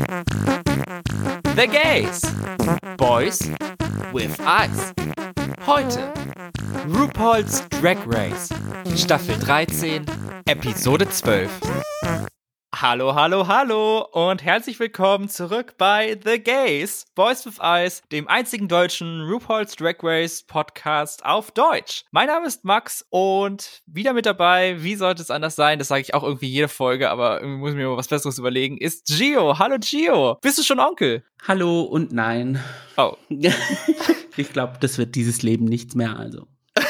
The Gays. Boys with Eyes. Heute RuPaul's Drag Race. Staffel 13, Episode 12. Hallo, hallo, hallo und herzlich willkommen zurück bei The Gays, Boys with Eyes, dem einzigen deutschen RuPaul's Drag Race Podcast auf Deutsch. Mein Name ist Max und wieder mit dabei, wie sollte es anders sein, das sage ich auch irgendwie jede Folge, aber irgendwie muss ich mir mal was Besseres überlegen, ist Gio. Hallo Gio, bist du schon Onkel? Hallo und nein. Oh. Ich glaube, das wird dieses Leben nichts mehr, also.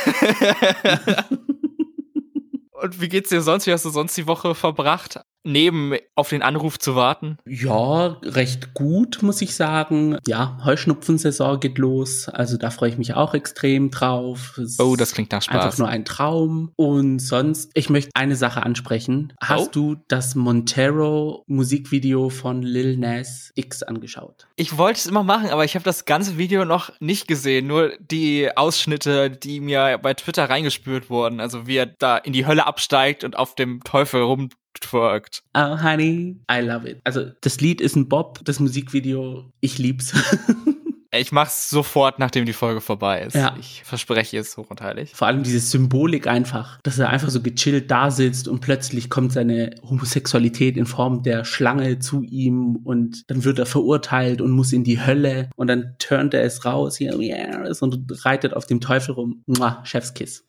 Und wie geht's dir sonst? Wie hast du sonst die Woche verbracht? Neben auf den Anruf zu warten? Ja, recht gut, muss ich sagen. Ja, Heuschnupfensaison geht los. Also da freue ich mich auch extrem drauf. Oh, das klingt nach Spaß. Einfach nur ein Traum. Und sonst, ich möchte eine Sache ansprechen. Hast du das Montero-Musikvideo von Lil Nas X angeschaut? Ich wollte es immer machen, aber ich habe das ganze Video noch nicht gesehen. Nur die Ausschnitte, die mir bei Twitter reingespült wurden. Also wie er da in die Hölle absteigt und auf dem Teufel rumtwerkt. Oh, honey, I love it. Also das Lied ist ein Bob, das Musikvideo, ich lieb's. Ich mach's sofort, nachdem die Folge vorbei ist. Ja. Ich verspreche es hoch und heilig. Vor allem diese Symbolik einfach, dass er einfach so gechillt da sitzt und plötzlich kommt seine Homosexualität in Form der Schlange zu ihm und dann wird er verurteilt und muss in die Hölle und dann turnt er es raus hier und reitet auf dem Teufel rum. Mua, Chefskiss.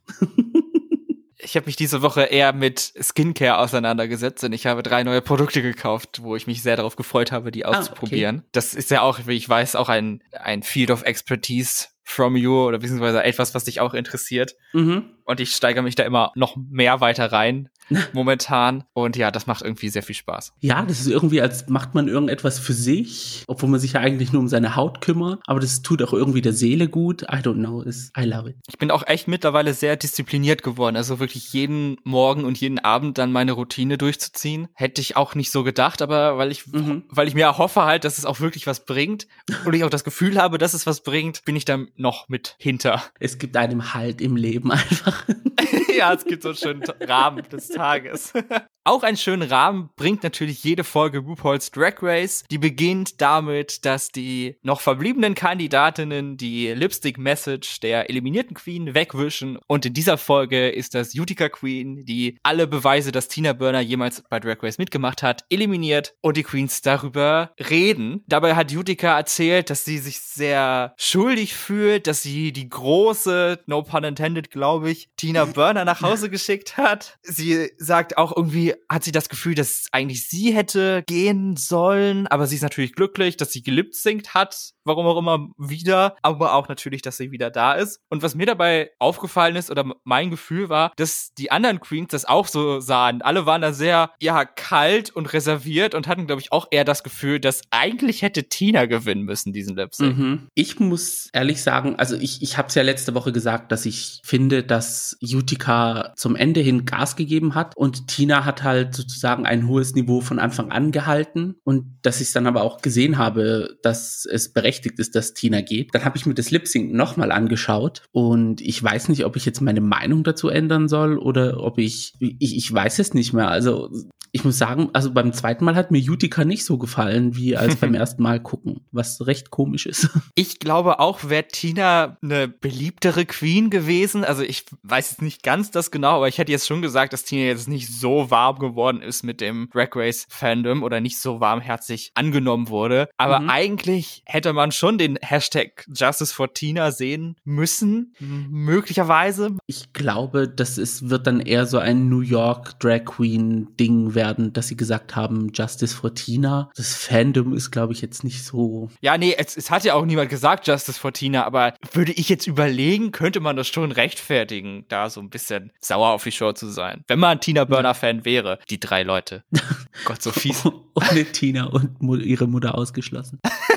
Ich habe mich diese Woche eher mit Skincare auseinandergesetzt und ich habe 3 neue Produkte gekauft, wo ich mich sehr darauf gefreut habe, die auszuprobieren. Okay. Das ist ja auch, wie ich weiß, auch ein Field of Expertise from you oder beziehungsweise etwas, was dich auch interessiert. Mhm. Und ich steigere mich da immer noch mehr weiter rein momentan. Und ja, das macht irgendwie sehr viel Spaß. Ja, das ist irgendwie, als macht man irgendetwas für sich, obwohl man sich ja eigentlich nur um seine Haut kümmert. Aber das tut auch irgendwie der Seele gut. I don't know, I love it. Ich bin auch echt mittlerweile sehr diszipliniert geworden. Also wirklich jeden Morgen und jeden Abend dann meine Routine durchzuziehen. Hätte ich auch nicht so gedacht, aber weil ich mir erhoffe halt, dass es auch wirklich was bringt und ich auch das Gefühl habe, dass es was bringt, bin ich da noch mit hinter. Es gibt einem Halt im Leben einfach. Ja, es gibt so einen schönen Rahmen des Tages. Auch einen schönen Rahmen bringt natürlich jede Folge RuPaul's Drag Race. Die beginnt damit, dass die noch verbliebenen Kandidatinnen die Lipstick Message der eliminierten Queen wegwischen. Und in dieser Folge ist das Utica Queen, die alle Beweise, dass Tina Burner jemals bei Drag Race mitgemacht hat, eliminiert und die Queens darüber reden. Dabei hat Utica erzählt, dass sie sich sehr schuldig fühlt, dass sie die große, no pun intended, glaube ich, Tina Burner nach Hause geschickt hat. Sie sagt auch irgendwie, hat sie das Gefühl, dass eigentlich sie hätte gehen sollen, aber sie ist natürlich glücklich, dass sie gelipsingt hat, warum auch immer wieder, aber auch natürlich, dass sie wieder da ist. Und was mir dabei aufgefallen ist oder mein Gefühl war, dass die anderen Queens das auch so sahen. Alle waren da sehr, ja, kalt und reserviert und hatten, glaube ich, auch eher das Gefühl, dass eigentlich hätte Tina gewinnen müssen, diesen Lip-Sync. Mhm. Ich muss ehrlich sagen, also ich habe es ja letzte Woche gesagt, dass ich finde, dass Utica zum Ende hin Gas gegeben hat und Tina hat halt sozusagen ein hohes Niveau von Anfang an gehalten und dass ich es dann aber auch gesehen habe, dass es berechtigt ist, dass Tina geht. Dann habe ich mir das Lip-Sync nochmal angeschaut und ich weiß nicht, ob ich jetzt meine Meinung dazu ändern soll oder ob ich weiß es nicht mehr. Also ich muss sagen, also beim zweiten Mal hat mir Utica nicht so gefallen, wie als beim ersten Mal gucken, was recht komisch ist. Ich glaube auch, wäre Tina eine beliebtere Queen gewesen. Also ich weiß jetzt nicht ganz das genau, aber ich hätte jetzt schon gesagt, dass Tina jetzt nicht so warm geworden ist mit dem Drag Race Fandom oder nicht so warmherzig angenommen wurde. Aber eigentlich hätte man schon den Hashtag Justice for Tina sehen müssen, möglicherweise. Ich glaube, wird dann eher so ein New York Drag Queen Ding werden, dass sie gesagt haben, Justice for Tina. Das Fandom ist, glaube ich, jetzt nicht so. Ja, nee, es hat ja auch niemand gesagt, Justice for Tina, aber würde ich jetzt überlegen, könnte man das schon rechtfertigen, da so ein bisschen sauer auf die Show zu sein. Wenn man Tina Burner-Fan wäre, die 3 Leute. Gott, so fies. Ohne Tina und ihre Mutter ausgeschlossen.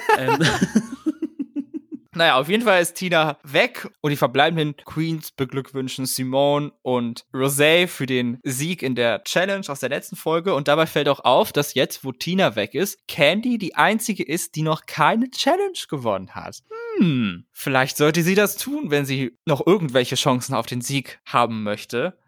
Naja, auf jeden Fall ist Tina weg und die verbleibenden Queens beglückwünschen Simone und Rosé für den Sieg in der Challenge aus der letzten Folge. Und dabei fällt auch auf, dass jetzt, wo Tina weg ist, Candy die einzige ist, die noch keine Challenge gewonnen hat. Vielleicht sollte sie das tun, wenn sie noch irgendwelche Chancen auf den Sieg haben möchte.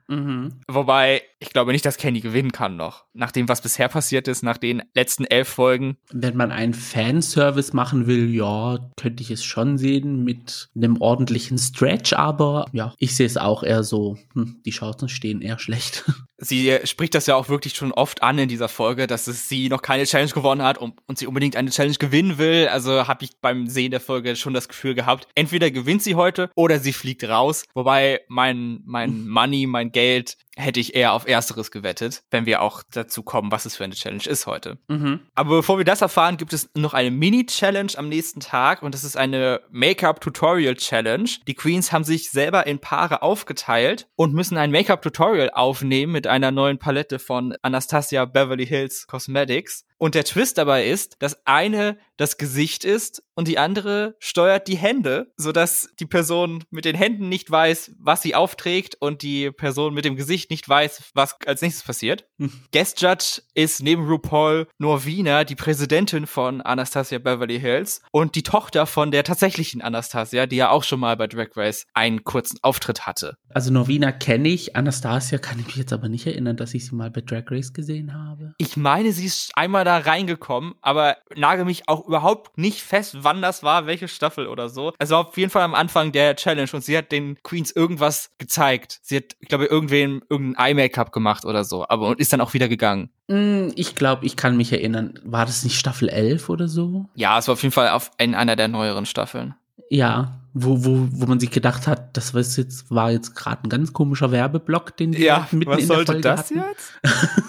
Wobei, ich glaube nicht, dass Candy gewinnen kann noch. Nach dem, was bisher passiert ist, nach den letzten 11 Folgen. Wenn man einen Fanservice machen will, ja, könnte ich es schon sehen mit einem ordentlichen Stretch, aber ja, ich sehe es auch eher so, die Chancen stehen eher schlecht. Sie spricht das ja auch wirklich schon oft an in dieser Folge, dass sie noch keine Challenge gewonnen hat und sie unbedingt eine Challenge gewinnen will. Also habe ich beim Sehen der Folge schon das Gefühl gehabt, entweder gewinnt sie heute oder sie fliegt raus. Wobei mein Money, mein Geld hätte ich eher auf Ersteres gewettet, wenn wir auch dazu kommen, was es für eine Challenge ist heute. Aber bevor wir das erfahren, gibt es noch eine Mini-Challenge am nächsten Tag und das ist eine Make-up-Tutorial-Challenge. Die Queens haben sich selber in Paare aufgeteilt und müssen ein Make-up-Tutorial aufnehmen mit einer neuen Palette von Anastasia Beverly Hills Cosmetics. Und der Twist dabei ist, dass eine das Gesicht ist und die andere steuert die Hände, sodass die Person mit den Händen nicht weiß, was sie aufträgt und die Person mit dem Gesicht nicht weiß, was als nächstes passiert. Guest Judge ist neben RuPaul Norvina, die Präsidentin von Anastasia Beverly Hills und die Tochter von der tatsächlichen Anastasia, die ja auch schon mal bei Drag Race einen kurzen Auftritt hatte. Also Norvina kenne ich, Anastasia kann ich mich jetzt aber nicht erinnern, dass ich sie mal bei Drag Race gesehen habe. Ich meine, sie ist einmal da reingekommen, aber nagel mich auch überhaupt nicht fest, wann das war, welche Staffel oder so. Es war auf jeden Fall am Anfang der Challenge und sie hat den Queens irgendwas gezeigt. Sie hat, ich glaube, irgendein Eye-Make-up gemacht oder so, aber und ist dann auch wieder gegangen. Ich glaube, ich kann mich erinnern. War das nicht Staffel 11 oder so? Ja, es war auf jeden Fall in einer der neueren Staffeln. Ja, wo man sich gedacht hat, das war jetzt gerade ein ganz komischer Werbeblock, den die mitten in der Folge hatten. Jetzt?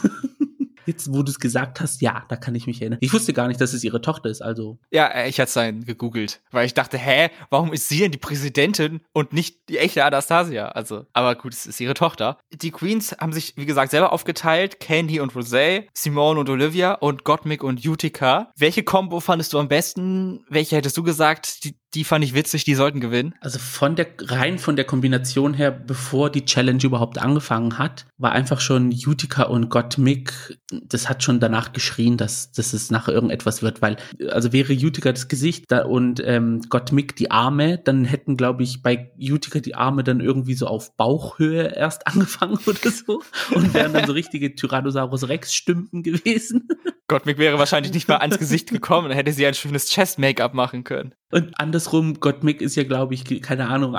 Jetzt, wo du es gesagt hast, ja, da kann ich mich erinnern. Ich wusste gar nicht, dass es ihre Tochter ist, also. Ja, ich hatte es dann gegoogelt, weil ich dachte, warum ist sie denn die Präsidentin und nicht die echte Anastasia? Also, aber gut, es ist ihre Tochter. Die Queens haben sich, wie gesagt, selber aufgeteilt. Candy und Rosé, Simone und Olivia und Gottmik und Utica. Welche Kombo fandest du am besten? Welche hättest du gesagt, die fand ich witzig, die sollten gewinnen? Also rein von der Kombination her, bevor die Challenge überhaupt angefangen hat, war einfach schon Utica und Gottmik, das hat schon danach geschrien, dass es nachher irgendetwas wird, weil, also wäre Utica das Gesicht und Gottmik die Arme, dann hätten, glaube ich, bei Utica die Arme dann irgendwie so auf Bauchhöhe erst angefangen oder so und wären dann so richtige Tyrannosaurus Rex Stümpen gewesen. Gottmik wäre wahrscheinlich nicht mal ans Gesicht gekommen, dann hätte sie ein schönes Chest-Make-up machen können. Und andersrum, Gottmik ist ja, glaube ich, keine Ahnung,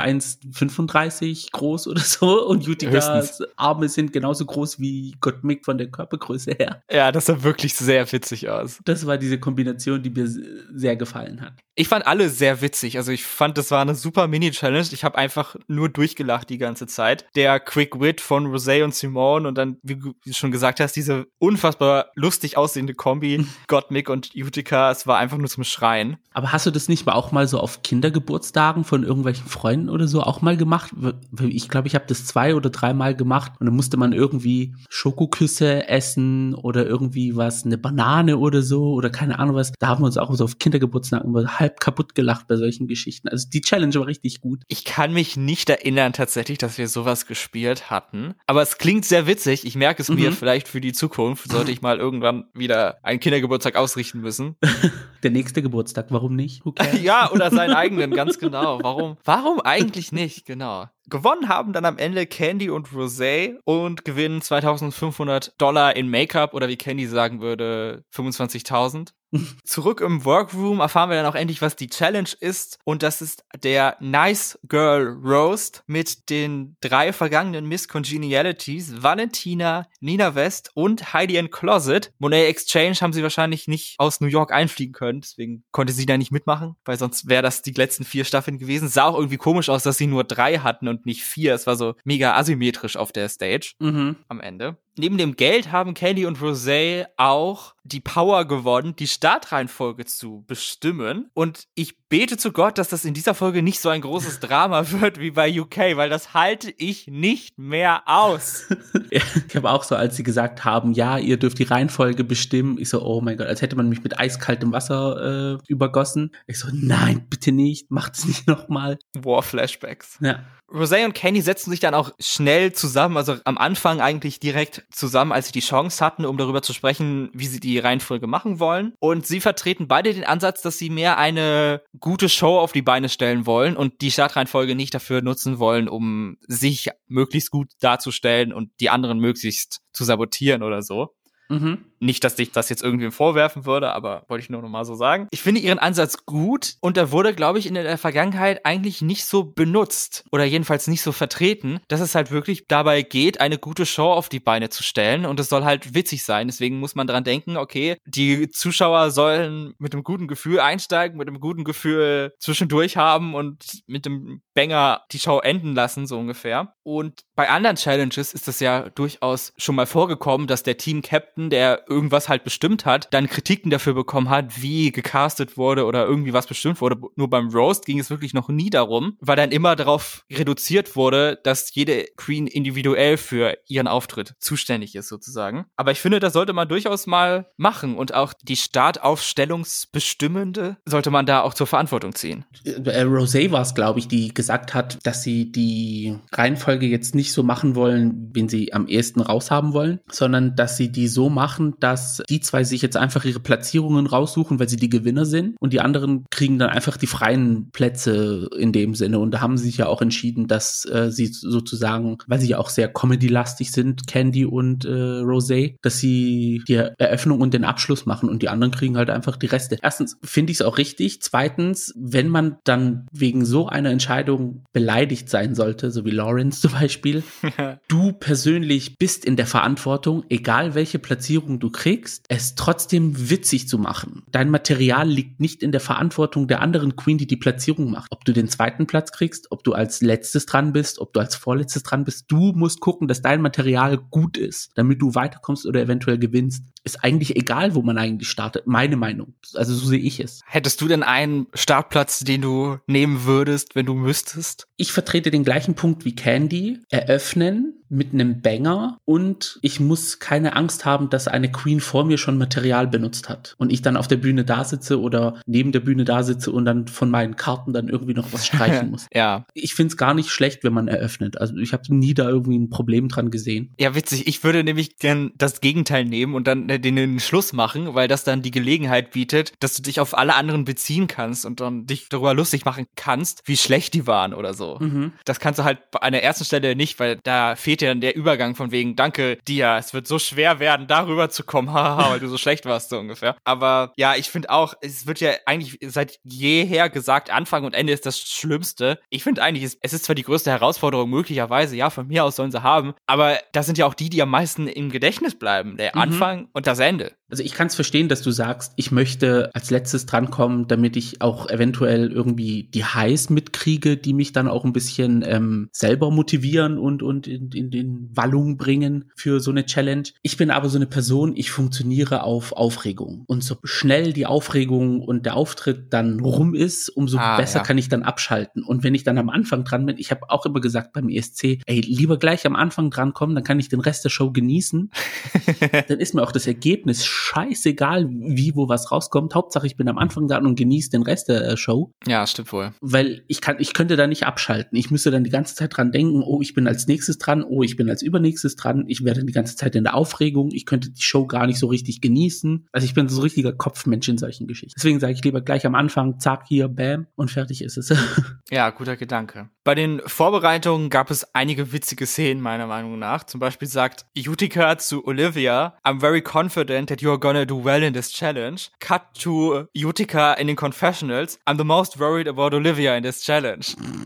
1,35 groß oder so und Uticas Arme sind genauso groß wie Gottmik von der Körpergröße her. Ja, das sah wirklich sehr witzig aus. Das war diese Kombination, die mir sehr gefallen hat. Ich fand alle sehr witzig. Also ich fand, das war eine super Mini-Challenge. Ich habe einfach nur durchgelacht die ganze Zeit. Der Quick Wit von Rosé und Simone und dann, wie du schon gesagt hast, diese unfassbar lustig aussehende Kombi, Gottmik und Utica, es war einfach nur zum Schreien. Aber hast du das nicht auch mal so auf Kindergeburtstagen von irgendwelchen Freunden oder so auch mal gemacht? Ich glaube, ich habe das 2 oder 3 Mal gemacht und dann musste man irgendwie Schokoküsse essen oder irgendwie was, eine Banane oder so oder keine Ahnung was. Da haben wir uns auch so auf Kindergeburtstagen immer halb kaputt gelacht bei solchen Geschichten. Also die Challenge war richtig gut. Ich kann mich nicht erinnern tatsächlich, dass wir sowas gespielt hatten. Aber es klingt sehr witzig. Ich merke es mir vielleicht für die Zukunft. Sollte ich mal irgendwann wieder einen Kindergeburtstag ausrichten müssen. Der nächste Geburtstag, warum nicht? Ja, oder seinen eigenen, ganz genau. Warum eigentlich nicht? Genau. Gewonnen haben dann am Ende Candy und Rosé und gewinnen $2.500 in Make-up oder wie Candy sagen würde, 25.000. Zurück im Workroom erfahren wir dann auch endlich, was die Challenge ist. Und das ist der Nice Girl Roast mit den 3 vergangenen Miss Congenialities, Valentina, Nina West und Heidi N Closet. Monet Exchange haben sie wahrscheinlich nicht aus New York einfliegen können, deswegen konnte sie da nicht mitmachen, weil sonst wäre das die letzten 4 Staffeln gewesen. Sah auch irgendwie komisch aus, dass sie nur 3 hatten und nicht 4. Es war so mega asymmetrisch auf der Stage am Ende. Neben dem Geld haben Candy und Rosé auch die Power gewonnen, die Startreihenfolge zu bestimmen. Und ich bete zu Gott, dass das in dieser Folge nicht so ein großes Drama wird wie bei UK, weil das halte ich nicht mehr aus. Ja, ich habe auch so, als sie gesagt haben, ja, ihr dürft die Reihenfolge bestimmen, ich so, oh mein Gott, als hätte man mich mit eiskaltem Wasser übergossen. Ich so, nein, bitte nicht, macht es nicht nochmal. War-Flashbacks. Ja. Rosé und Candy setzen sich dann auch schnell zusammen, also am Anfang eigentlich direkt zusammen, als sie die Chance hatten, um darüber zu sprechen, wie sie die Reihenfolge machen wollen. Und sie vertreten beide den Ansatz, dass sie mehr eine gute Show auf die Beine stellen wollen und die Startreihenfolge nicht dafür nutzen wollen, um sich möglichst gut darzustellen und die anderen möglichst zu sabotieren oder so. Mhm. Nicht, dass ich das jetzt irgendwem vorwerfen würde, aber wollte ich nur noch mal so sagen. Ich finde ihren Ansatz gut und er wurde, glaube ich, in der Vergangenheit eigentlich nicht so benutzt oder jedenfalls nicht so vertreten, dass es halt wirklich dabei geht, eine gute Show auf die Beine zu stellen und es soll halt witzig sein. Deswegen muss man dran denken, okay, die Zuschauer sollen mit einem guten Gefühl einsteigen, mit einem guten Gefühl zwischendurch haben und mit dem Banger die Show enden lassen, so ungefähr. Und bei anderen Challenges ist das ja durchaus schon mal vorgekommen, dass der Team-Captain, der irgendwas halt bestimmt hat, dann Kritiken dafür bekommen hat, wie gecastet wurde oder irgendwie was bestimmt wurde. Nur beim Roast ging es wirklich noch nie darum, weil dann immer darauf reduziert wurde, dass jede Queen individuell für ihren Auftritt zuständig ist, sozusagen. Aber ich finde, das sollte man durchaus mal machen und auch die Startaufstellungsbestimmende sollte man da auch zur Verantwortung ziehen. Rosé war es, glaube ich, die gesagt hat, dass sie die Reihenfolge jetzt nicht so machen wollen, wen sie am ehesten raushaben wollen, sondern dass sie die so machen, dass die zwei sich jetzt einfach ihre Platzierungen raussuchen, weil sie die Gewinner sind und die anderen kriegen dann einfach die freien Plätze in dem Sinne. Und da haben sie sich ja auch entschieden, dass sie sozusagen, weil sie ja auch sehr Comedy-lastig sind, Candy und Rosé, dass sie die Eröffnung und den Abschluss machen und die anderen kriegen halt einfach die Reste. Erstens finde ich es auch richtig. Zweitens, wenn man dann wegen so einer Entscheidung beleidigt sein sollte, so wie Lawrence zum Beispiel, du persönlich bist in der Verantwortung, egal welche Platzierung du kriegst, es trotzdem witzig zu machen. Dein Material liegt nicht in der Verantwortung der anderen Queen, die die Platzierung macht. Ob du den zweiten Platz kriegst, ob du als letztes dran bist, ob du als vorletztes dran bist, du musst gucken, dass dein Material gut ist, damit du weiterkommst oder eventuell gewinnst. Ist eigentlich egal, wo man eigentlich startet. Meine Meinung. Also so sehe ich es. Hättest du denn einen Startplatz, den du nehmen würdest, wenn du müsstest? Ich vertrete den gleichen Punkt wie Candy. Eröffnen mit einem Banger und ich muss keine Angst haben, dass eine Queen vor mir schon Material benutzt hat und ich dann auf der Bühne da sitze oder neben der Bühne da sitze und dann von meinen Karten dann irgendwie noch was streichen muss. Ja. Ich finde es gar nicht schlecht, wenn man eröffnet. Also ich habe nie da irgendwie ein Problem dran gesehen. Ja, witzig. Ich würde nämlich gern das Gegenteil nehmen und dann den Schluss machen, weil das dann die Gelegenheit bietet, dass du dich auf alle anderen beziehen kannst und dann dich darüber lustig machen kannst, wie schlecht die waren oder so. Mhm. Das kannst du halt an der ersten Stelle nicht, weil da fehlt ja dann der Übergang von wegen, danke dir, es wird so schwer werden, darüber zu kommen, haha, weil du so schlecht warst, so ungefähr. Aber ja, ich finde auch, es wird ja eigentlich seit jeher gesagt, Anfang und Ende ist das Schlimmste. Ich finde eigentlich, es ist zwar die größte Herausforderung möglicherweise, ja, von mir aus sollen sie haben, aber das sind ja auch die am meisten im Gedächtnis bleiben, der Anfang und das Ende. Also ich kann es verstehen, dass du sagst, ich möchte als letztes drankommen, damit ich auch eventuell irgendwie die Highs mitkriege, die mich dann auch ein bisschen selber motivieren und in Wallung bringen für so eine Challenge. Ich bin aber so eine Person, ich funktioniere auf Aufregung. Und so schnell die Aufregung und der Auftritt dann rum ist, umso besser kann ich dann abschalten. Und wenn ich dann am Anfang dran bin, ich habe auch immer gesagt beim ESC, ey, lieber gleich am Anfang drankommen, dann kann ich den Rest der Show genießen. Dann ist mir auch das Ergebnis scheißegal, wie, wo was rauskommt. Hauptsache, ich bin am Anfang dran und genieße den Rest der Show. Ja, stimmt wohl. Weil ich könnte da nicht abschalten. Ich müsste dann die ganze Zeit dran denken, oh, ich bin als nächstes dran, oh, ich bin als übernächstes dran. Ich werde die ganze Zeit in der Aufregung. Ich könnte die Show gar nicht so richtig genießen. Also ich bin so ein richtiger Kopfmensch in solchen Geschichten. Deswegen sage ich lieber gleich am Anfang, zack, hier, bam, und fertig ist es. Ja, guter Gedanke. Bei den Vorbereitungen gab es einige witzige Szenen, meiner Meinung nach. Zum Beispiel sagt Utica zu Olivia, I'm very confident that you're gonna do well in this challenge. Cut to Utica in den Confessionals. I'm the most worried about Olivia in this challenge.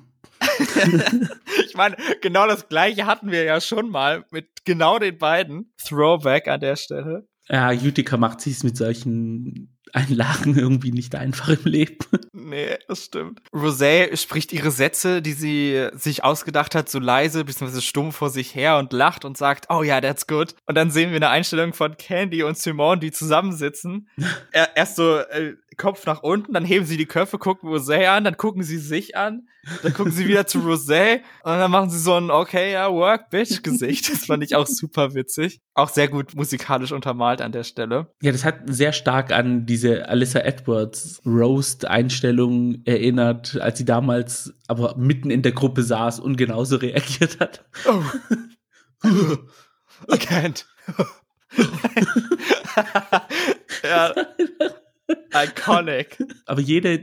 Ich meine, genau das Gleiche hatten wir ja schon mal mit genau den beiden. Throwback an der Stelle. Ja, Utica macht sich's mit solchen Einlagen irgendwie nicht einfach im Leben. Nee, das stimmt. Rosé spricht ihre Sätze, die sie sich ausgedacht hat, so leise, beziehungsweise stumm vor sich her und lacht und sagt, oh ja, that's good. Und dann sehen wir eine Einstellung von Candy und Simone, die zusammensitzen. Erst so Kopf nach unten, dann heben sie die Köpfe, gucken Rosé an, dann gucken sie sich an, dann gucken sie wieder zu Rosé und dann machen sie so ein okay, ja, work, bitch Gesicht. Das fand ich auch super witzig. Auch sehr gut musikalisch untermalt an der Stelle. Ja, das hat sehr stark an diese Alyssa Edwards Roast-Einstellung erinnert, als sie damals aber mitten in der Gruppe saß und genauso reagiert hat. Oh. I can't. Ja. Iconic. Aber jede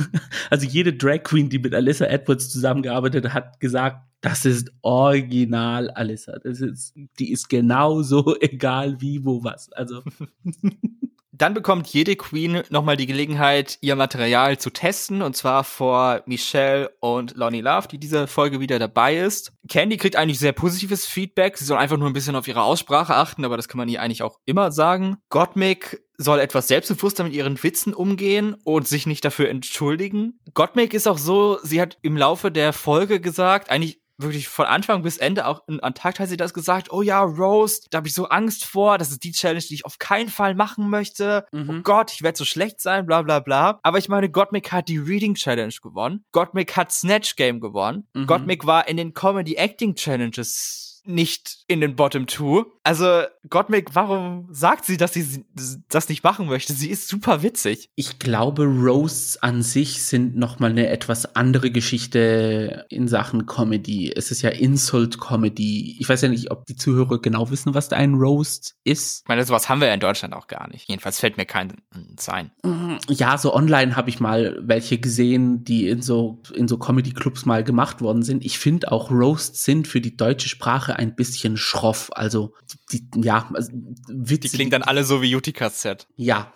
Drag Queen, die mit Alyssa Edwards zusammengearbeitet hat, gesagt, das ist original Alyssa. Die ist genauso egal wie, wo, was. Also. Dann bekommt jede Queen nochmal die Gelegenheit, ihr Material zu testen, und zwar vor Michelle und Loni Love, die diese Folge wieder dabei ist. Candy kriegt eigentlich sehr positives Feedback. Sie soll einfach nur ein bisschen auf ihre Aussprache achten, aber das kann man ihr eigentlich auch immer sagen. Gottmik soll etwas selbstbewusster mit ihren Witzen umgehen und sich nicht dafür entschuldigen. Gottmik ist auch so, sie hat im Laufe der Folge gesagt, eigentlich wirklich von Anfang bis Ende, auch in Antakt hat sie das gesagt, oh ja, Roast, da habe ich so Angst vor, das ist die Challenge, die ich auf keinen Fall machen möchte. Oh Gott, ich werde so schlecht sein, bla bla bla. Aber ich meine, Gottmik hat die Reading Challenge gewonnen. Gottmik hat Snatch Game gewonnen. Gottmik war in den Comedy Acting Challenges nicht in den Bottom 2. Also, Gottmik, warum sagt sie, dass sie das nicht machen möchte? Sie ist super witzig. Ich glaube, Roasts an sich sind nochmal eine etwas andere Geschichte in Sachen Comedy. Es ist ja Insult-Comedy. Ich weiß ja nicht, ob die Zuhörer genau wissen, was da ein Roast ist. Ich meine, sowas haben wir ja in Deutschland auch gar nicht. Jedenfalls fällt mir kein ein. Ja, so online habe ich mal welche gesehen, die in so Comedy-Clubs mal gemacht worden sind. Ich finde auch, Roasts sind für die deutsche Sprache ein bisschen schroff. Also, Witze. Die klingen dann alle so wie Utikas Set. Ja.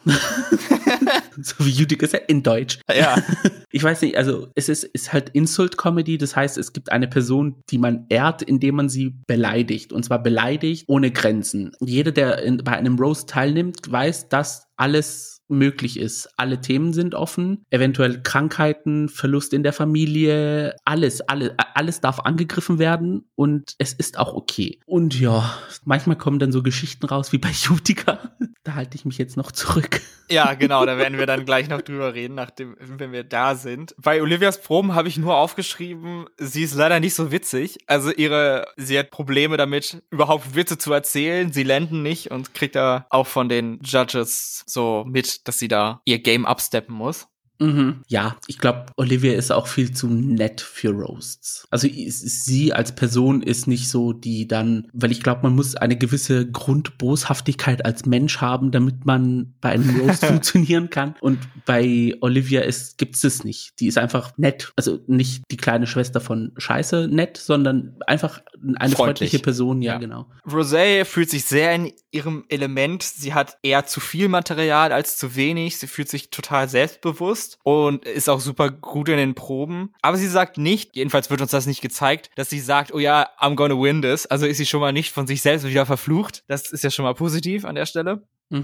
So wie Utikas Set in Deutsch. Ja. Ich weiß nicht, also es ist halt Insult-Comedy. Das heißt, es gibt eine Person, die man ehrt, indem man sie beleidigt. Und zwar beleidigt ohne Grenzen. Jeder, der bei einem Roast teilnimmt, weiß, dass alles möglich ist. Alle Themen sind offen, eventuell Krankheiten, Verlust in der Familie, alles darf angegriffen werden und es ist auch okay. Und ja, manchmal kommen dann so Geschichten raus wie bei Utica. Da halte ich mich jetzt noch zurück. Ja, genau, da werden wir dann gleich noch drüber reden, wenn wir da sind. Bei Olivias Proben habe ich nur aufgeschrieben, sie ist leider nicht so witzig. Also sie hat Probleme damit, überhaupt Witze zu erzählen. Sie landen nicht und kriegt da auch von den Judges so mit, dass sie da ihr Game upsteppen muss. Ja, ich glaube, Olivia ist auch viel zu nett für Roasts. Also sie als Person ist nicht so die dann, weil ich glaube, man muss eine gewisse Grundboshaftigkeit als Mensch haben, damit man bei einem Roast funktionieren kann. Und bei Olivia gibt's es nicht. Die ist einfach nett. Also nicht die kleine Schwester von Scheiße nett, sondern einfach eine freundliche Person. Ja, genau. Rosé fühlt sich sehr in ihrem Element. Sie hat eher zu viel Material als zu wenig. Sie fühlt sich total selbstbewusst und ist auch super gut in den Proben. Aber sie sagt nicht, jedenfalls wird uns das nicht gezeigt, dass sie sagt, oh ja, I'm gonna win this. Also ist sie schon mal nicht von sich selbst wieder verflucht. Das ist ja schon mal positiv an der Stelle.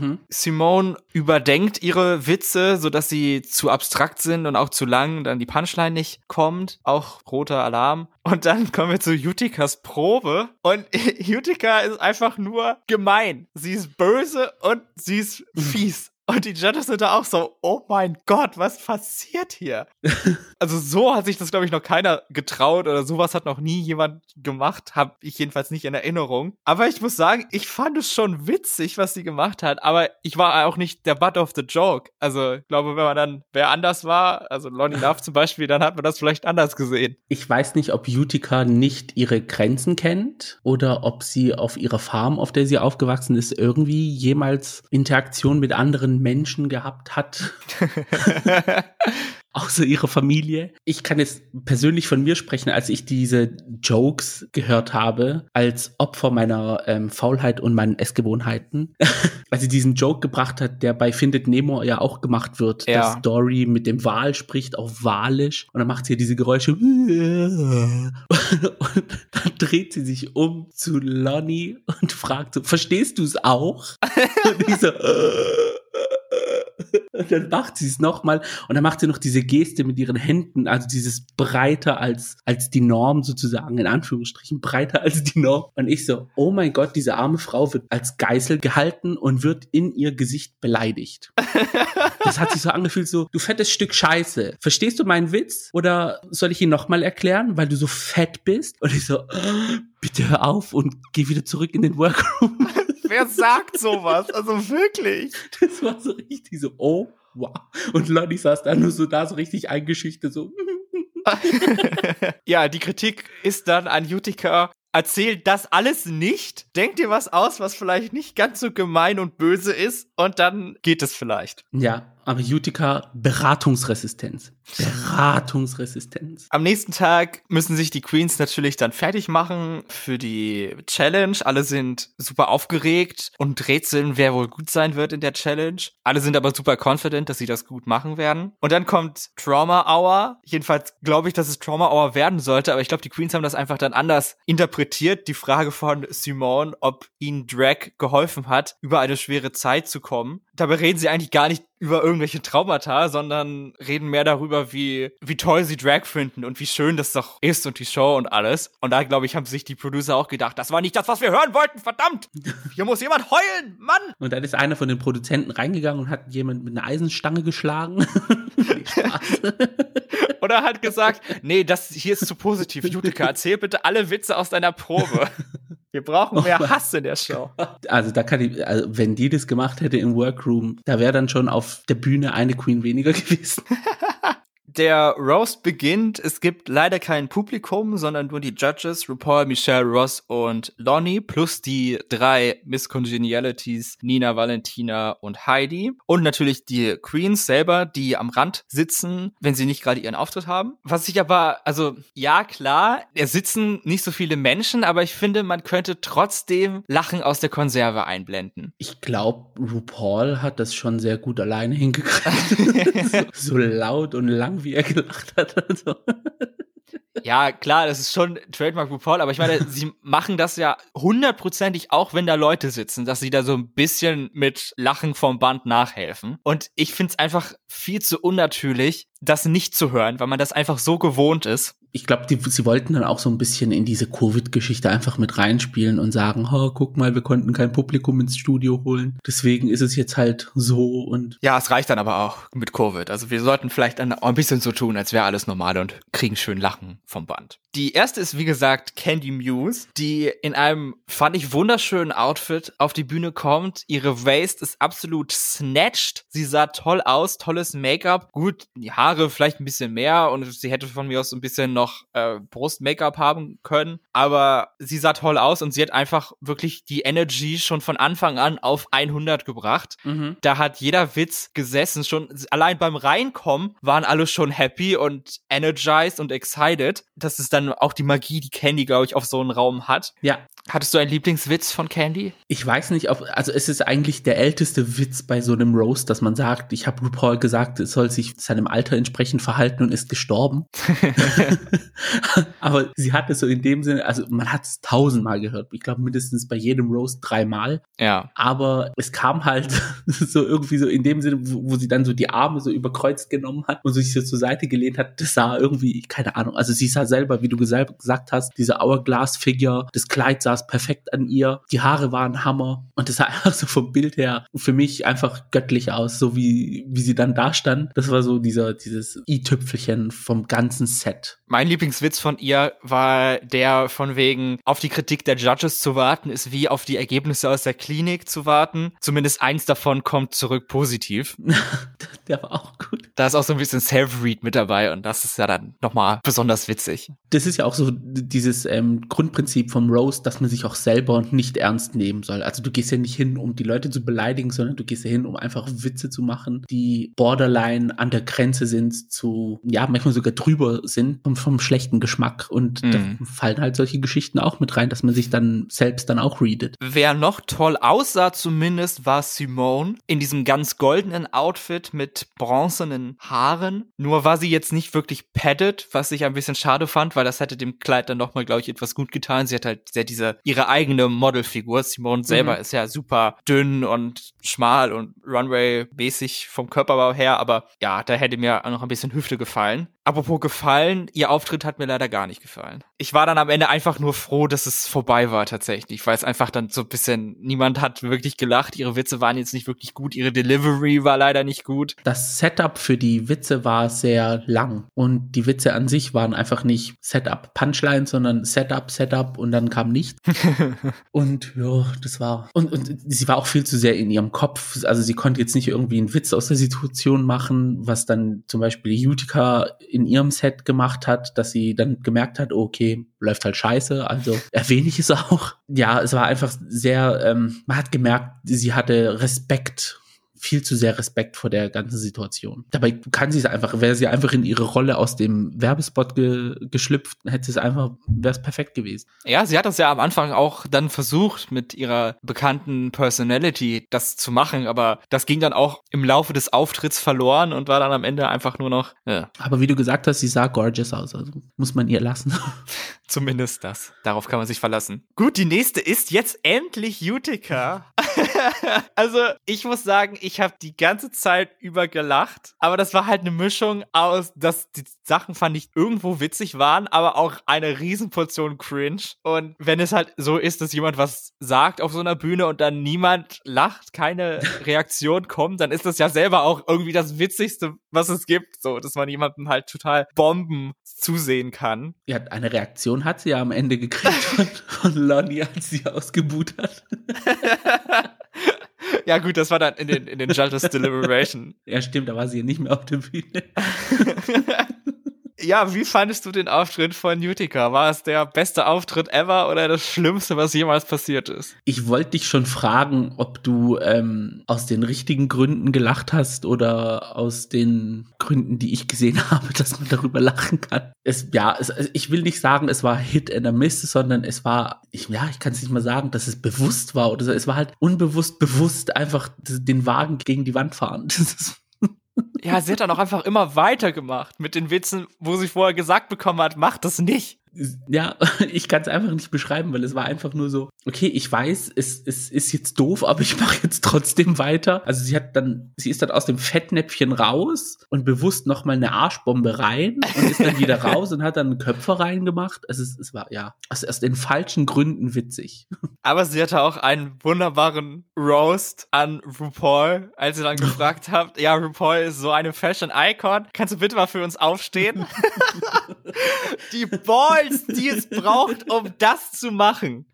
Simone überdenkt ihre Witze, sodass sie zu abstrakt sind und auch zu lang, dann die Punchline nicht kommt. Auch roter Alarm. Und dann kommen wir zu Utikas Probe. Und Utica ist einfach nur gemein. Sie ist böse und sie ist fies. Und die Judges sind da auch so, oh mein Gott, was passiert hier? Also so hat sich das, glaube ich, noch keiner getraut oder sowas hat noch nie jemand gemacht, habe ich jedenfalls nicht in Erinnerung. Aber ich muss sagen, ich fand es schon witzig, was sie gemacht hat, aber ich war auch nicht der Butt of the joke. Also ich glaube, wenn man dann, wer anders war, also Loni Love zum Beispiel, dann hat man das vielleicht anders gesehen. Ich weiß nicht, ob Utica nicht ihre Grenzen kennt oder ob sie auf ihrer Farm, auf der sie aufgewachsen ist, irgendwie jemals Interaktion mit anderen Menschen gehabt hat. Außer ihre Familie. Ich kann jetzt persönlich von mir sprechen, als ich diese Jokes gehört habe, als Opfer meiner Faulheit und meinen Essgewohnheiten. Als sie diesen Joke gebracht hat, der bei Findet Nemo ja auch gemacht wird, dass Dory mit dem Wal spricht auf Walisch und dann macht sie diese Geräusche und dann dreht sie sich um zu Loni und fragt so, verstehst du es auch? Und ich so, und dann macht sie es nochmal und dann macht sie noch diese Geste mit ihren Händen, also dieses breiter als die Norm sozusagen, in Anführungsstrichen, breiter als die Norm. Und ich so, oh mein Gott, diese arme Frau wird als Geißel gehalten und wird in ihr Gesicht beleidigt. Das hat sich so angefühlt, so, du fettes Stück Scheiße. Verstehst du meinen Witz? Oder soll ich ihn nochmal erklären, weil du so fett bist? Und ich so, bitte hör auf und geh wieder zurück in den Workroom. Wer sagt sowas? Also wirklich. Das war so richtig so, oh, wow. Und Loni saß da nur so da, so richtig eingeschüchtert, so. Ja, die Kritik ist dann an Utica, erzählt das alles nicht, denkt dir was aus, was vielleicht nicht ganz so gemein und böse ist und dann geht es vielleicht. Ja, aber Utica, Beratungsresistenz. Beratungsresistenz. Am nächsten Tag müssen sich die Queens natürlich dann fertig machen für die Challenge. Alle sind super aufgeregt und rätseln, wer wohl gut sein wird in der Challenge. Alle sind aber super confident, dass sie das gut machen werden. Und dann kommt Trauma Hour. Jedenfalls glaube ich, dass es Trauma Hour werden sollte, aber ich glaube, die Queens haben das einfach dann anders interpretiert. Die Frage von Simone, ob ihnen Drag geholfen hat, über eine schwere Zeit zu kommen. Dabei reden sie eigentlich gar nicht über irgendwelche Traumata, sondern reden mehr darüber, wie toll sie Drag finden und wie schön das doch ist und die Show und alles. Und da, glaube ich, haben sich die Producer auch gedacht, das war nicht das, was wir hören wollten, verdammt! Hier muss jemand heulen, Mann! Und dann ist einer von den Produzenten reingegangen und hat jemand mit einer Eisenstange geschlagen. Oder hat gesagt, nee, das hier ist zu positiv. Utica, erzähl bitte alle Witze aus deiner Probe. Wir brauchen mehr Hass in der Show. Also wenn die das gemacht hätte im Workroom, da wäre dann schon auf der Bühne eine Queen weniger gewesen. Der Roast beginnt. Es gibt leider kein Publikum, sondern nur die Judges, RuPaul, Michelle, Ross und Lonnie, plus die 3 Miss Congenialities, Nina, Valentina und Heidi. Und natürlich die Queens selber, die am Rand sitzen, wenn sie nicht gerade ihren Auftritt haben. Was ich aber, also, ja, klar, es sitzen nicht so viele Menschen, aber ich finde, man könnte trotzdem Lachen aus der Konserve einblenden. Ich glaube, RuPaul hat das schon sehr gut alleine hingekriegt. so laut und lang, wie er gelacht hat. Also. Ja, klar, das ist schon Trademark RuPaul, aber ich meine, sie machen das ja 100%ig auch, wenn da Leute sitzen, dass sie da so ein bisschen mit Lachen vom Band nachhelfen. Und ich find's einfach viel zu unnatürlich, das nicht zu hören, weil man das einfach so gewohnt ist. Ich glaube, sie wollten dann auch so ein bisschen in diese Covid-Geschichte einfach mit reinspielen und sagen, guck mal, wir konnten kein Publikum ins Studio holen. Deswegen ist es jetzt halt so und... Ja, es reicht dann aber auch mit Covid. Also wir sollten vielleicht auch ein bisschen so tun, als wäre alles normal und kriegen schön Lachen vom Band. Die erste ist, wie gesagt, Kandy Muse, die in einem, fand ich, wunderschönen Outfit auf die Bühne kommt. Ihre Waist ist absolut snatched. Sie sah toll aus, tolles Make-up. Gut, die Haare vielleicht ein bisschen mehr und sie hätte von mir aus so ein bisschen noch Brust-Make-up haben können. Aber sie sah toll aus und sie hat einfach wirklich die Energy schon von Anfang an auf 100 gebracht. Mhm. Da hat jeder Witz gesessen. Schon allein beim Reinkommen waren alle schon happy und energized und excited. Das ist dann auch die Magie, die Kandy, glaube ich, auf so einen Raum hat. Ja. Hattest du einen Lieblingswitz von Kandy? Ich weiß nicht, also es ist eigentlich der älteste Witz bei so einem Roast, dass man sagt, ich habe RuPaul gesagt, es soll sich seinem Alter entsprechend verhalten und ist gestorben. Aber sie hat es so in dem Sinne, also man hat es 1000-mal gehört. Ich glaube mindestens bei jedem Roast 3-mal. Ja. Aber es kam halt so irgendwie so in dem Sinne, wo sie dann so die Arme so überkreuzt genommen hat und sich so zur Seite gelehnt hat. Das sah irgendwie, keine Ahnung, also sie sah selber, wie du gesagt hast, diese Hourglass-Figure, das Kleid saß perfekt an ihr, die Haare waren Hammer und das sah einfach so vom Bild her für mich einfach göttlich aus, so wie sie dann da stand. Das war so dieses i-Tüpfelchen vom ganzen Set. Mein Lieblingswitz von ihr war der von wegen, auf die Kritik der Judges zu warten, ist wie auf die Ergebnisse aus der Klinik zu warten. Zumindest eins davon kommt zurück positiv. Der war auch gut. Da ist auch so ein bisschen Self-Read mit dabei und das ist ja dann nochmal besonders witzig. Das ist ja auch so dieses Grundprinzip vom Roast, dass man sich auch selber nicht ernst nehmen soll. Also du gehst ja nicht hin, um die Leute zu beleidigen, sondern du gehst ja hin, um einfach Witze zu machen, die borderline an der Grenze sind zu, ja, manchmal sogar drüber sind vom schlechten Geschmack. Und da fallen halt solche Geschichten auch mit rein, dass man sich dann selbst dann auch readet. Wer noch toll aussah zumindest, war Simone in diesem ganz goldenen Outfit mit bronzenen Haaren. Nur war sie jetzt nicht wirklich padded, was ich ein bisschen schade fand, weil das hätte dem Kleid dann nochmal, glaube ich, etwas gut getan. Sie hat halt sehr ihre eigene Modelfigur. Simone selber ist ja super dünn und schmal und Runway-mäßig vom Körperbau her, aber ja, da hätte mir auch noch ein bisschen Hüfte gefallen. Apropos gefallen, ihr Auftritt hat mir leider gar nicht gefallen. Ich war dann am Ende einfach nur froh, dass es vorbei war tatsächlich, weil es einfach dann so ein bisschen, niemand hat wirklich gelacht, ihre Witze waren jetzt nicht wirklich gut, ihre Delivery war leider nicht gut. Das Setup für die Witze war sehr lang und die Witze an sich waren einfach nicht Setup Punchline, sondern Setup und dann kam nichts. Und ja, das war, und sie war auch viel zu sehr in ihrem Kopf, also sie konnte jetzt nicht irgendwie einen Witz aus der Situation machen, was dann zum Beispiel Utica in ihrem Set gemacht hat, dass sie dann gemerkt hat, okay, läuft halt scheiße, also erwähne ich es auch. Ja, es war einfach sehr, man hat gemerkt, sie hatte Respekt, viel zu sehr Respekt vor der ganzen Situation. Dabei kann sie es einfach, wäre sie einfach in ihre Rolle aus dem Werbespot geschlüpft, hätte es einfach, wäre es perfekt gewesen. Ja, sie hat das ja am Anfang auch dann versucht, mit ihrer bekannten Personality das zu machen, aber das ging dann auch im Laufe des Auftritts verloren und war dann am Ende einfach nur noch, Aber wie du gesagt hast, sie sah gorgeous aus, also muss man ihr lassen. Zumindest das. Darauf kann man sich verlassen. Gut, die nächste ist jetzt endlich Utica. Also, ich muss sagen, ich habe die ganze Zeit über gelacht, aber das war halt eine Mischung aus, dass die Sachen, fand ich, irgendwo witzig waren, aber auch eine Riesenportion Cringe. Und wenn es halt so ist, dass jemand was sagt auf so einer Bühne und dann niemand lacht, keine Reaktion kommt, dann ist das ja selber auch irgendwie das Witzigste, was es gibt, so, dass man jemandem halt total Bomben zusehen kann. Ja, eine Reaktion hat sie ja am Ende gekriegt von Lonnie, als sie ausgebuht hat. Ja gut, das war dann in den Judges Deliberation. Ja stimmt, da war sie ja nicht mehr auf der Bühne. Ja, wie fandest du den Auftritt von Utica? War es der beste Auftritt ever oder das Schlimmste, was jemals passiert ist? Ich wollte dich schon fragen, ob du aus den richtigen Gründen gelacht hast oder aus den Gründen, die ich gesehen habe, dass man darüber lachen kann. Ich will nicht sagen, es war Hit and a Miss, sondern es war, ich kann es nicht mal sagen, dass es bewusst war oder so. Es war halt bewusst einfach den Wagen gegen die Wand fahren. Das ist ja, sie hat dann auch einfach immer weitergemacht mit den Witzen, wo sie vorher gesagt bekommen hat, mach das nicht. Ja, ich kann es einfach nicht beschreiben, weil es war einfach nur so, okay, ich weiß, es ist jetzt doof, aber ich mache jetzt trotzdem weiter. Also sie ist dann aus dem Fettnäpfchen raus und bewusst nochmal eine Arschbombe rein und ist dann wieder raus und hat dann Köpfe reingemacht. Es war, ja, aus den falschen Gründen witzig. Aber sie hatte auch einen wunderbaren Roast an RuPaul, als sie dann gefragt hat, ja, RuPaul ist so eine Fashion-Icon, kannst du bitte mal für uns aufstehen? Die Balls, die es braucht, um das zu machen.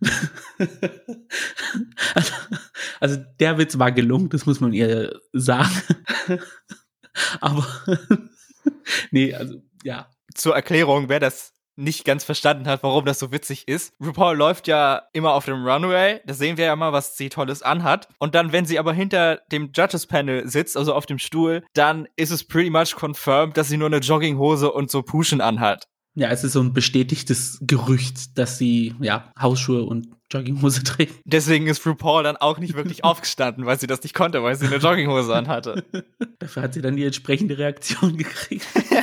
Also der Witz war gelungen, das muss man ihr sagen. Aber nee, also ja. Zur Erklärung, wer das nicht ganz verstanden hat, warum das so witzig ist. RuPaul läuft ja immer auf dem Runway, da sehen wir ja immer, was sie Tolles anhat. Und dann, wenn sie aber hinter dem Judges-Panel sitzt, also auf dem Stuhl, dann ist es pretty much confirmed, dass sie nur eine Jogginghose und so Puschen anhat. Ja, es ist so ein bestätigtes Gerücht, dass sie, ja, Hausschuhe und Jogginghose trägt. Deswegen ist RuPaul dann auch nicht wirklich aufgestanden, weil sie das nicht konnte, weil sie eine Jogginghose anhatte. Dafür hat sie dann die entsprechende Reaktion gekriegt.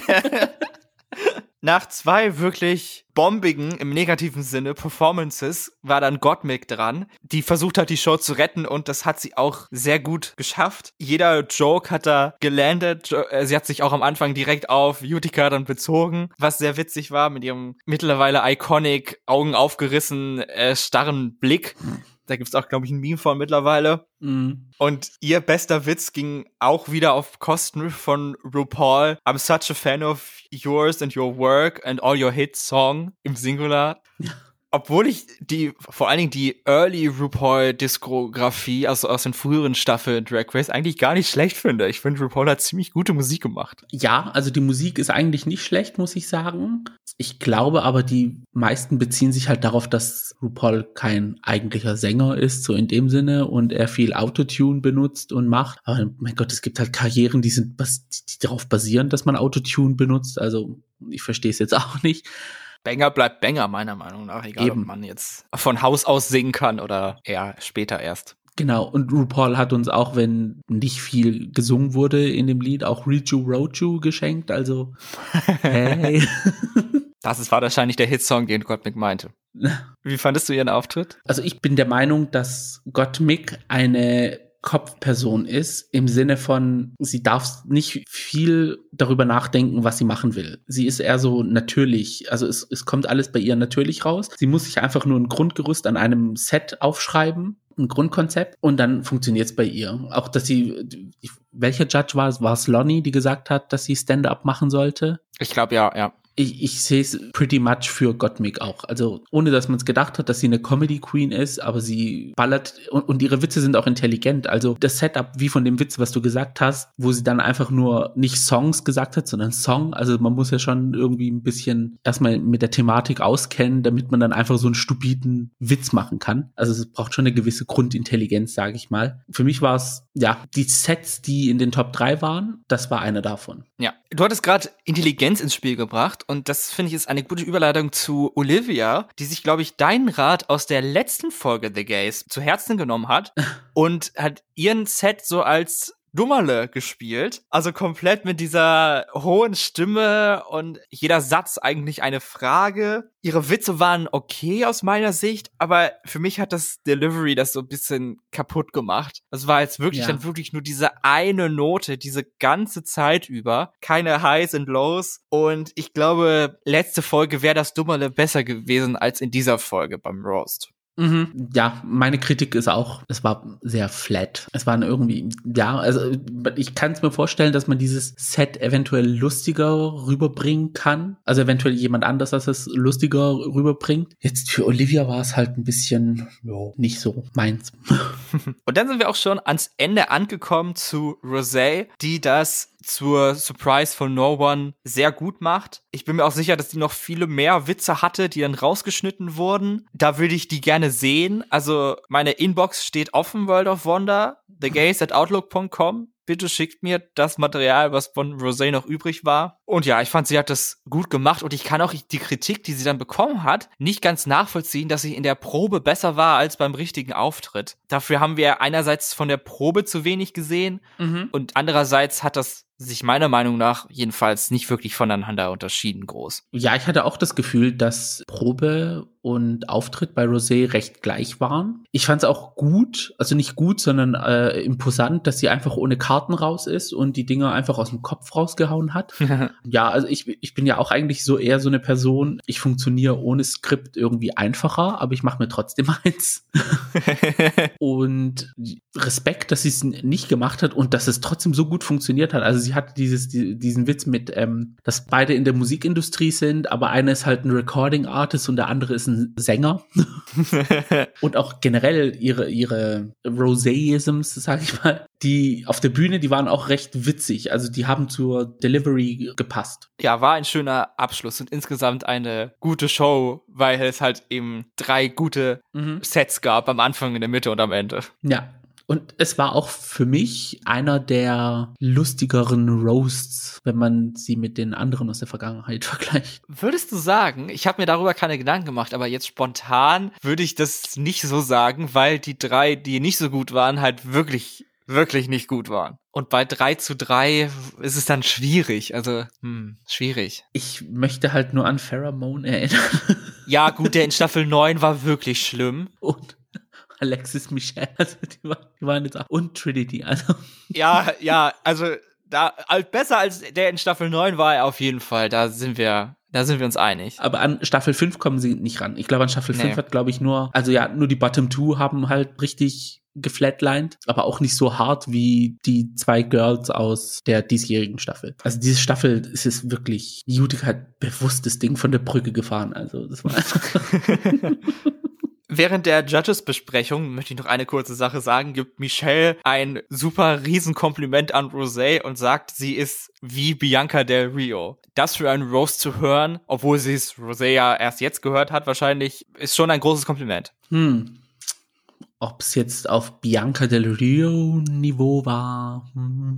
Nach 2 wirklich bombigen, im negativen Sinne, Performances war dann Gottmik dran, die versucht hat, die Show zu retten und das hat sie auch sehr gut geschafft. Jeder Joke hat da gelandet. Sie hat sich auch am Anfang direkt auf Utica dann bezogen, was sehr witzig war mit ihrem mittlerweile iconic, Augen aufgerissen, starren Blick. Da gibt's auch, glaube ich, ein Meme von mittlerweile. Mhm. Und ihr bester Witz ging auch wieder auf Kosten von RuPaul. I'm such a fan of yours and your work and all your hit song im Singular. Ja. Obwohl ich vor allen Dingen die Early RuPaul-Diskografie, also aus den früheren Staffeln Drag Race, eigentlich gar nicht schlecht finde. Ich finde, RuPaul hat ziemlich gute Musik gemacht. Ja, also die Musik ist eigentlich nicht schlecht, muss ich sagen. Ich glaube aber, die meisten beziehen sich halt darauf, dass RuPaul kein eigentlicher Sänger ist, so in dem Sinne, und er viel Autotune benutzt und macht. Aber mein Gott, es gibt halt Karrieren, die darauf basieren, dass man Autotune benutzt. Also ich verstehe es jetzt auch nicht. Banger bleibt Banger, meiner Meinung nach. Egal, Eben. Ob man jetzt von Haus aus singen kann oder eher später erst. Genau, und RuPaul hat uns auch, wenn nicht viel gesungen wurde in dem Lied, auch Reju Roju geschenkt, also hey. Das war wahrscheinlich der Hitsong, den Gottmik meinte. Wie fandest du ihren Auftritt? Also ich bin der Meinung, dass Gottmik eine Kopfperson ist, im Sinne von, sie darf nicht viel darüber nachdenken, was sie machen will. Sie ist eher so natürlich, also es kommt alles bei ihr natürlich raus. Sie muss sich einfach nur ein Grundgerüst an einem Set aufschreiben, ein Grundkonzept, und dann funktioniert es bei ihr. Auch, dass welcher Judge war es? War es Lonnie, die gesagt hat, dass sie Stand-up machen sollte? Ich glaube, ja. Ich sehe es pretty much für Gottmik auch. Also ohne, dass man es gedacht hat, dass sie eine Comedy-Queen ist, aber sie ballert und ihre Witze sind auch intelligent. Also das Setup wie von dem Witz, was du gesagt hast, wo sie dann einfach nur nicht Songs gesagt hat, sondern Song. Also man muss ja schon irgendwie ein bisschen erstmal mit der Thematik auskennen, damit man dann einfach so einen stupiden Witz machen kann. Also es braucht schon eine gewisse Grundintelligenz, sage ich mal. Für mich war es, ja, die Sets, die in den Top 3 waren, das war einer davon. Ja, du hattest gerade Intelligenz ins Spiel gebracht und das finde ich ist eine gute Überleitung zu Olivia, die sich, glaube ich, deinen Rat aus der letzten Folge The Gays zu Herzen genommen hat und hat ihren Set so als Dummerle gespielt. Also komplett mit dieser hohen Stimme und jeder Satz eigentlich eine Frage. Ihre Witze waren okay aus meiner Sicht, aber für mich hat das Delivery das so ein bisschen kaputt gemacht. Es war jetzt wirklich dann wirklich nur diese eine Note, diese ganze Zeit über. Keine Highs und Lows. Und ich glaube, letzte Folge wäre das Dummerle besser gewesen als in dieser Folge beim Roast. Mhm. Ja, meine Kritik ist auch, es war sehr flat. Es waren irgendwie, ja, also ich kann es mir vorstellen, dass man dieses Set eventuell lustiger rüberbringen kann. Also eventuell jemand anders, dass es lustiger rüberbringt. Jetzt für Olivia war es halt ein bisschen, nicht so meins. Und dann sind wir auch schon ans Ende angekommen zu Rosé, die das zur Surprise von No One sehr gut macht. Ich bin mir auch sicher, dass die noch viele mehr Witze hatte, die dann rausgeschnitten wurden. Da würde ich die gerne sehen. Also meine Inbox steht offen, World of Wonder, thegays@outlook.com. Bitte schickt mir das Material, was von Rosé noch übrig war. Und ja, ich fand, sie hat das gut gemacht und ich kann auch die Kritik, die sie dann bekommen hat, nicht ganz nachvollziehen, dass sie in der Probe besser war als beim richtigen Auftritt. Dafür haben wir einerseits von der Probe zu wenig gesehen und andererseits hat das sich meiner Meinung nach jedenfalls nicht wirklich voneinander unterschieden groß. Ja, ich hatte auch das Gefühl, dass Probe und Auftritt bei Rosé recht gleich waren. Ich fand es auch gut, also nicht gut, sondern imposant, dass sie einfach ohne Karten raus ist und die Dinger einfach aus dem Kopf rausgehauen hat. Ja, also ich bin ja auch eigentlich so eher so eine Person, ich funktioniere ohne Skript irgendwie einfacher, aber ich mache mir trotzdem eins. Und Respekt, dass sie es nicht gemacht hat und dass es trotzdem so gut funktioniert hat. Also sie hat diesen Witz mit, dass beide in der Musikindustrie sind, aber einer ist halt ein Recording Artist und der andere ist ein Sänger. Und auch generell ihre Roséisms, sag ich mal, die auf der Bühne, die waren auch recht witzig. Also die haben zur Delivery gepasst. Ja, war ein schöner Abschluss und insgesamt eine gute Show, weil es halt eben 3 gute Sets gab, am Anfang, in der Mitte und am Ende. Ja. Und es war auch für mich einer der lustigeren Roasts, wenn man sie mit den anderen aus der Vergangenheit vergleicht. Würdest du sagen, ich habe mir darüber keine Gedanken gemacht, aber jetzt spontan würde ich das nicht so sagen, weil die 3, die nicht so gut waren, halt wirklich nicht gut waren. Und bei 3:3 ist es dann schwierig, also schwierig. Ich möchte halt nur an Pheromone erinnern. Ja, gut, der in Staffel 9 war wirklich schlimm. Und Alexis Michelle, also die waren jetzt auch, und Trinity, also. Ja, also da besser als der in Staffel 9 war er auf jeden Fall, da sind wir uns einig. Aber an Staffel 5 kommen sie nicht ran. Ich glaube, an Staffel 5 hat, glaube ich, nur die Bottom 2 haben halt richtig geflatlined, aber auch nicht so hart wie die 2 Girls aus der diesjährigen Staffel. Also diese Staffel ist es wirklich, Utica hat bewusst das Ding von der Brücke gefahren, also das war einfach Während der Judges-Besprechung, möchte ich noch eine kurze Sache sagen, gibt Michelle ein super Riesenkompliment an Rosé und sagt, sie ist wie Bianca Del Rio. Das für einen Roast zu hören, obwohl sie es Rosé ja erst jetzt gehört hat, wahrscheinlich, ist schon ein großes Kompliment. Ob es jetzt auf Bianca Del Rio Niveau war?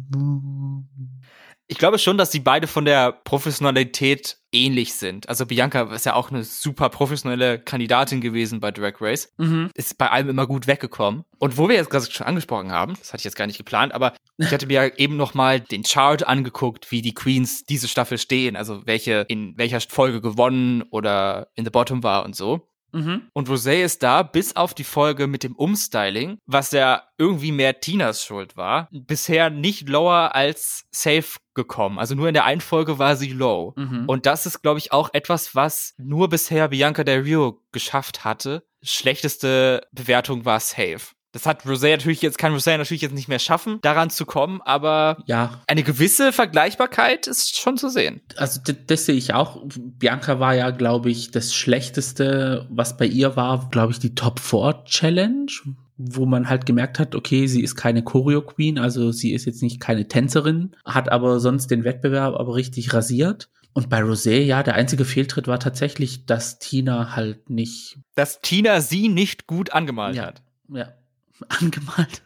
Ich glaube schon, dass sie beide von der Professionalität ähnlich sind. Also Bianca ist ja auch eine super professionelle Kandidatin gewesen bei Drag Race. Ist bei allem immer gut weggekommen. Und wo wir jetzt gerade schon angesprochen haben, das hatte ich jetzt gar nicht geplant, aber ich hatte mir eben noch mal den Chart angeguckt, wie die Queens diese Staffel stehen. Also welche in welcher Folge gewonnen oder in the bottom war und so. Und Rosé ist da, bis auf die Folge mit dem Umstyling, was ja irgendwie mehr Tinas Schuld war, bisher nicht lower als safe gekommen. Also nur in der einen Folge war sie low. Und das ist, glaube ich, auch etwas, was nur bisher Bianca Del Rio geschafft hatte. Schlechteste Bewertung war safe. Das kann Rosé natürlich jetzt nicht mehr schaffen, daran zu kommen, aber ja, eine gewisse Vergleichbarkeit ist schon zu sehen. Also das sehe ich auch. Bianca war ja, glaube ich, das Schlechteste, was bei ihr war, glaube ich, die Top-4-Challenge, wo man halt gemerkt hat, okay, sie ist keine Choreo-Queen, also sie ist jetzt nicht keine Tänzerin, hat aber sonst den Wettbewerb aber richtig rasiert. Und bei Rosé, ja, der einzige Fehltritt war tatsächlich, dass Tina sie nicht gut angemalt hat. Ja, angemalt.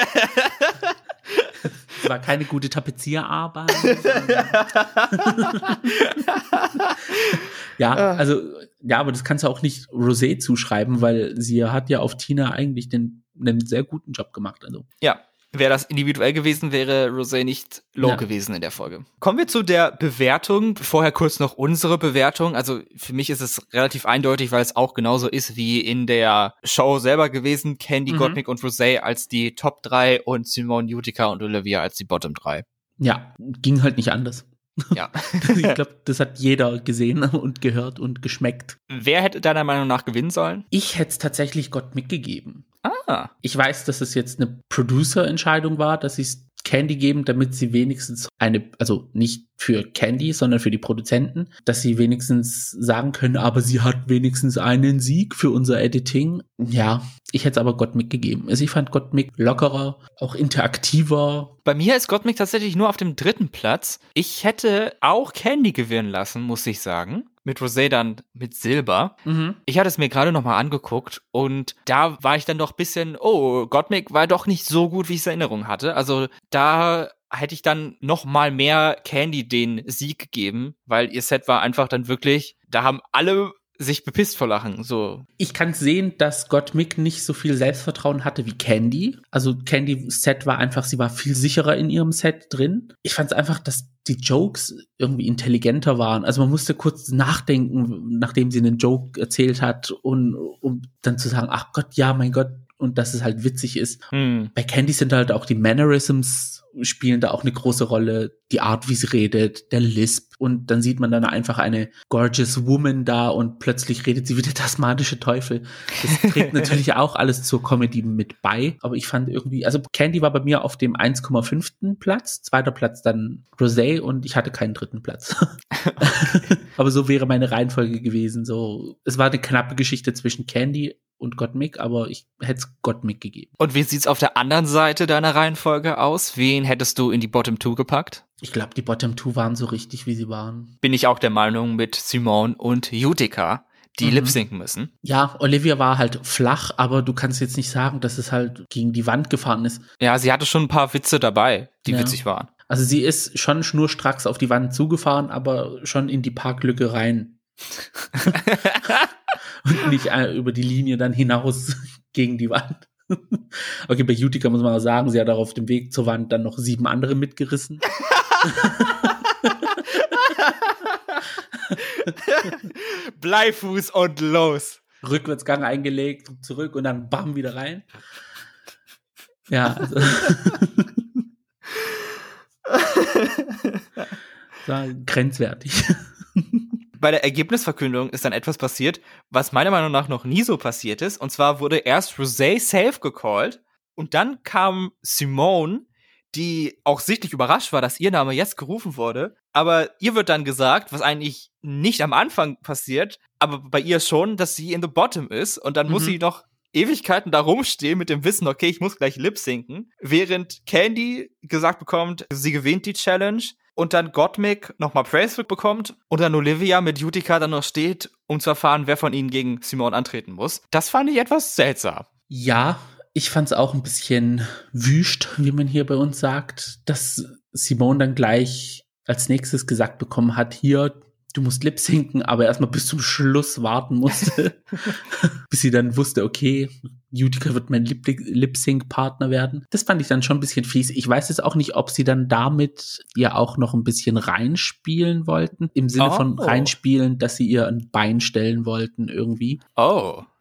Es war keine gute Tapezierarbeit. Ja, also, ja, aber das kannst du auch nicht Rosé zuschreiben, weil sie hat ja auf Tina eigentlich einen sehr guten Job gemacht. Also. Ja. Wäre das individuell gewesen, wäre Rosé nicht low gewesen in der Folge. Kommen wir zu der Bewertung. Vorher kurz noch unsere Bewertung. Also für mich ist es relativ eindeutig, weil es auch genauso ist wie in der Show selber gewesen. Candy, Gottmik und Rosé als die Top 3 und Simone, Utica und Olivia als die Bottom 3. Ja, ging halt nicht anders. Ja. Ich glaube, das hat jeder gesehen und gehört und geschmeckt. Wer hätte deiner Meinung nach gewinnen sollen? Ich hätte es tatsächlich Gottmik gegeben. Ah. Ich weiß, dass es jetzt eine Producer-Entscheidung war, dass sie es Candy geben, damit sie wenigstens also nicht für Candy, sondern für die Produzenten, dass sie wenigstens sagen können, aber sie hat wenigstens einen Sieg für unser Editing. Ja, ich hätte es aber Gottmik gegeben. Also ich fand Gottmik lockerer, auch interaktiver. Bei mir ist Gottmik tatsächlich nur auf dem 3. Platz. Ich hätte auch Candy gewinnen lassen, muss ich sagen. Mit Rosé dann mit Silber. Ich hatte es mir gerade noch mal angeguckt und da war ich dann doch ein bisschen, Gottmik war doch nicht so gut, wie ich es in Erinnerung hatte. Also da hätte ich dann noch mal mehr Candy den Sieg gegeben, weil ihr Set war einfach dann wirklich, da haben alle sich bepisst vor Lachen, so. Ich kann sehen, dass Gottmik nicht so viel Selbstvertrauen hatte wie Candy. Also Candys Set war einfach, sie war viel sicherer in ihrem Set drin. Ich fand es einfach, dass die Jokes irgendwie intelligenter waren. Also man musste kurz nachdenken, nachdem sie einen Joke erzählt hat und um dann zu sagen, ach Gott, ja, mein Gott, und dass es halt witzig ist. Bei Candy sind halt auch die Mannerisms spielen da auch eine große Rolle, die Art, wie sie redet, der Lisp, und dann sieht man dann einfach eine gorgeous woman da und plötzlich redet sie wie der tasmanische Teufel. Das trägt natürlich auch alles zur Comedy mit bei, aber ich fand irgendwie, also Candy war bei mir auf dem 1,5. Platz, 2. Platz dann Rosé und ich hatte keinen 3. Platz. Aber so wäre meine Reihenfolge gewesen, so, es war eine knappe Geschichte zwischen Candy und Gottmik, aber ich hätte es Gottmik gegeben. Und wie sieht's auf der anderen Seite deiner Reihenfolge aus? Wen hättest du in die Bottom 2 gepackt? Ich glaube, die Bottom 2 waren so richtig, wie sie waren. Bin ich auch der Meinung mit Simone und Utica, die lip-sinken müssen. Ja, Olivia war halt flach, aber du kannst jetzt nicht sagen, dass es halt gegen die Wand gefahren ist. Ja, sie hatte schon ein paar Witze dabei, die witzig waren. Also sie ist schon schnurstracks auf die Wand zugefahren, aber schon in die Parklücke rein. Und nicht über die Linie dann hinaus gegen die Wand. Okay, bei Utica muss man auch sagen, sie hat auch auf dem Weg zur Wand dann noch 7 andere mitgerissen. Bleifuß und los. Rückwärtsgang eingelegt, zurück und dann bam, wieder rein. Ja, also. War grenzwertig. Bei der Ergebnisverkündung ist dann etwas passiert, was meiner Meinung nach noch nie so passiert ist. Und zwar wurde erst Rosé safe gecallt und dann kam Simone, die auch sichtlich überrascht war, dass ihr Name jetzt gerufen wurde. Aber ihr wird dann gesagt, was eigentlich nicht am Anfang passiert, aber bei ihr schon, dass sie in the bottom ist. Und dann muss sie noch Ewigkeiten da rumstehen mit dem Wissen, okay, ich muss gleich lip-sinken. Während Candy gesagt bekommt, sie gewinnt die Challenge. Und dann Gottmik nochmal Praise bekommt und dann Olivia mit Utica dann noch steht, um zu erfahren, wer von ihnen gegen Simone antreten muss. Das fand ich etwas seltsam. Ja, ich fand's auch ein bisschen wüst, wie man hier bei uns sagt, dass Simone dann gleich als nächstes gesagt bekommen hat, hier, du musst lip-sinken, aber erstmal bis zum Schluss warten musste, bis sie dann wusste, okay, Utica wird mein Lip-Sync-Partner werden. Das fand ich dann schon ein bisschen fies. Ich weiß jetzt auch nicht, ob sie dann damit ja auch noch ein bisschen reinspielen wollten. Im Sinne von reinspielen, dass sie ihr ein Bein stellen wollten irgendwie. Oh.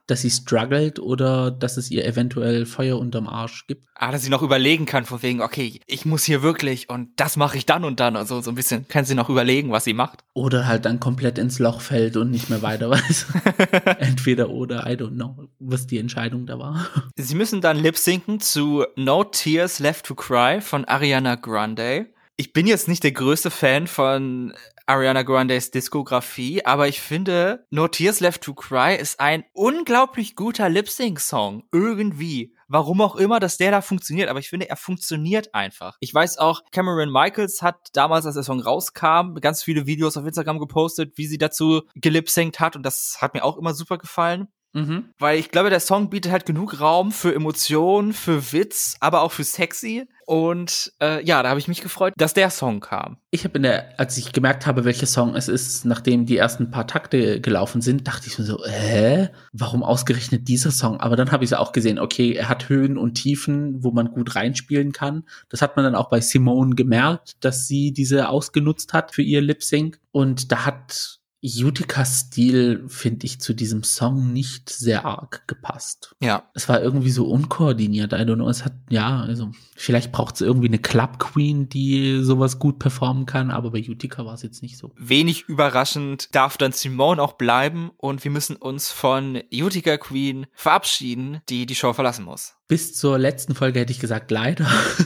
dass sie struggelt oder dass es ihr eventuell Feuer unterm Arsch gibt. Dass sie noch überlegen kann, von wegen, okay, ich muss hier wirklich und das mache ich dann und dann. Also so ein bisschen kann sie noch überlegen, was sie macht. Oder halt dann komplett ins Loch fällt und nicht mehr weiter weiß. Entweder oder, I don't know, was die Entscheidung da war. Sie müssen dann lip-synken zu No Tears Left to Cry von Ariana Grande. Ich bin jetzt nicht der größte Fan von Ariana Grandes Diskografie, aber ich finde, No Tears Left to Cry ist ein unglaublich guter Lip-Sync-Song. Irgendwie. Warum auch immer, dass der da funktioniert, aber ich finde, er funktioniert einfach. Ich weiß auch, Cameron Michaels hat damals, als der Song rauskam, ganz viele Videos auf Instagram gepostet, wie sie dazu gelip-synct hat und das hat mir auch immer super gefallen. Weil ich glaube, der Song bietet halt genug Raum für Emotionen, für Witz, aber auch für sexy. Und da habe ich mich gefreut, dass der Song kam. Ich habe als ich gemerkt habe, welcher Song es ist, nachdem die ersten paar Takte gelaufen sind, dachte ich mir so, warum ausgerechnet dieser Song? Aber dann habe ich es auch gesehen, okay, er hat Höhen und Tiefen, wo man gut reinspielen kann. Das hat man dann auch bei Simone gemerkt, dass sie diese ausgenutzt hat für ihr Lip-Sync. Und da hat Utikas Stil, finde ich, zu diesem Song nicht sehr arg gepasst. Ja. Es war irgendwie so unkoordiniert. I don't know. Also vielleicht braucht es irgendwie eine Club Queen, die sowas gut performen kann, aber bei Utica war es jetzt nicht so. Wenig überraschend darf dann Simone auch bleiben und wir müssen uns von Utica Queen verabschieden, die die Show verlassen muss. Bis zur letzten Folge hätte ich gesagt, leider.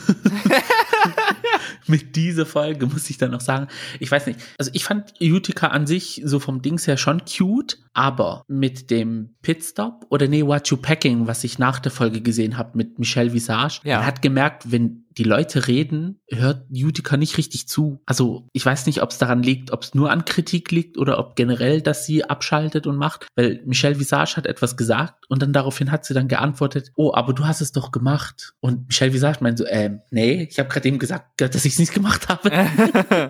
Mit dieser Folge muss ich dann noch sagen, ich weiß nicht, also ich fand Utica an sich so vom Dings her schon cute, aber mit dem Pitstop What You Packing, was ich nach der Folge gesehen habe mit Michelle Visage, man hat gemerkt, wenn die Leute reden, hört Utica nicht richtig zu. Also ich weiß nicht, ob es daran liegt, ob es nur an Kritik liegt oder ob generell, dass sie abschaltet und macht, weil Michelle Visage hat etwas gesagt und dann daraufhin hat sie dann geantwortet, oh, aber du hast es doch gemacht. Und Michelle Visage meint so, nee, ich habe gerade eben gesagt, dass ich es nicht gemacht habe.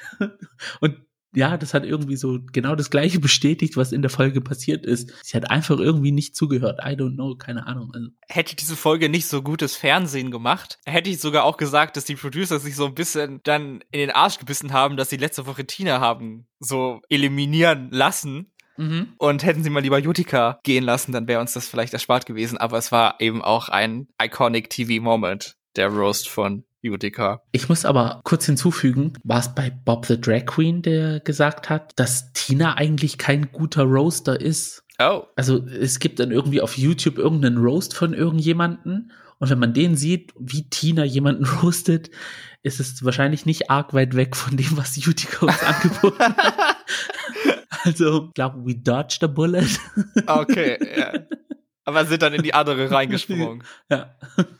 Und ja, das hat irgendwie so genau das Gleiche bestätigt, was in der Folge passiert ist. Sie hat einfach irgendwie nicht zugehört. I don't know, keine Ahnung. Also. Hätte diese Folge nicht so gutes Fernsehen gemacht, hätte ich sogar auch gesagt, dass die Producer sich so ein bisschen dann in den Arsch gebissen haben, dass sie letzte Woche Tina haben so eliminieren lassen. Und hätten sie mal lieber Utica gehen lassen, dann wäre uns das vielleicht erspart gewesen. Aber es war eben auch ein iconic TV-Moment, der Roast von Utica. Ich muss aber kurz hinzufügen, war es bei Bob the Drag Queen, der gesagt hat, dass Tina eigentlich kein guter Roaster ist. Oh. Also es gibt dann irgendwie auf YouTube irgendeinen Roast von irgendjemanden und wenn man den sieht, wie Tina jemanden roastet, ist es wahrscheinlich nicht arg weit weg von dem, was Utica uns angeboten hat. Also, ich glaube, we dodged a bullet. Okay, ja. Aber sind dann in die andere reingesprungen. Ja.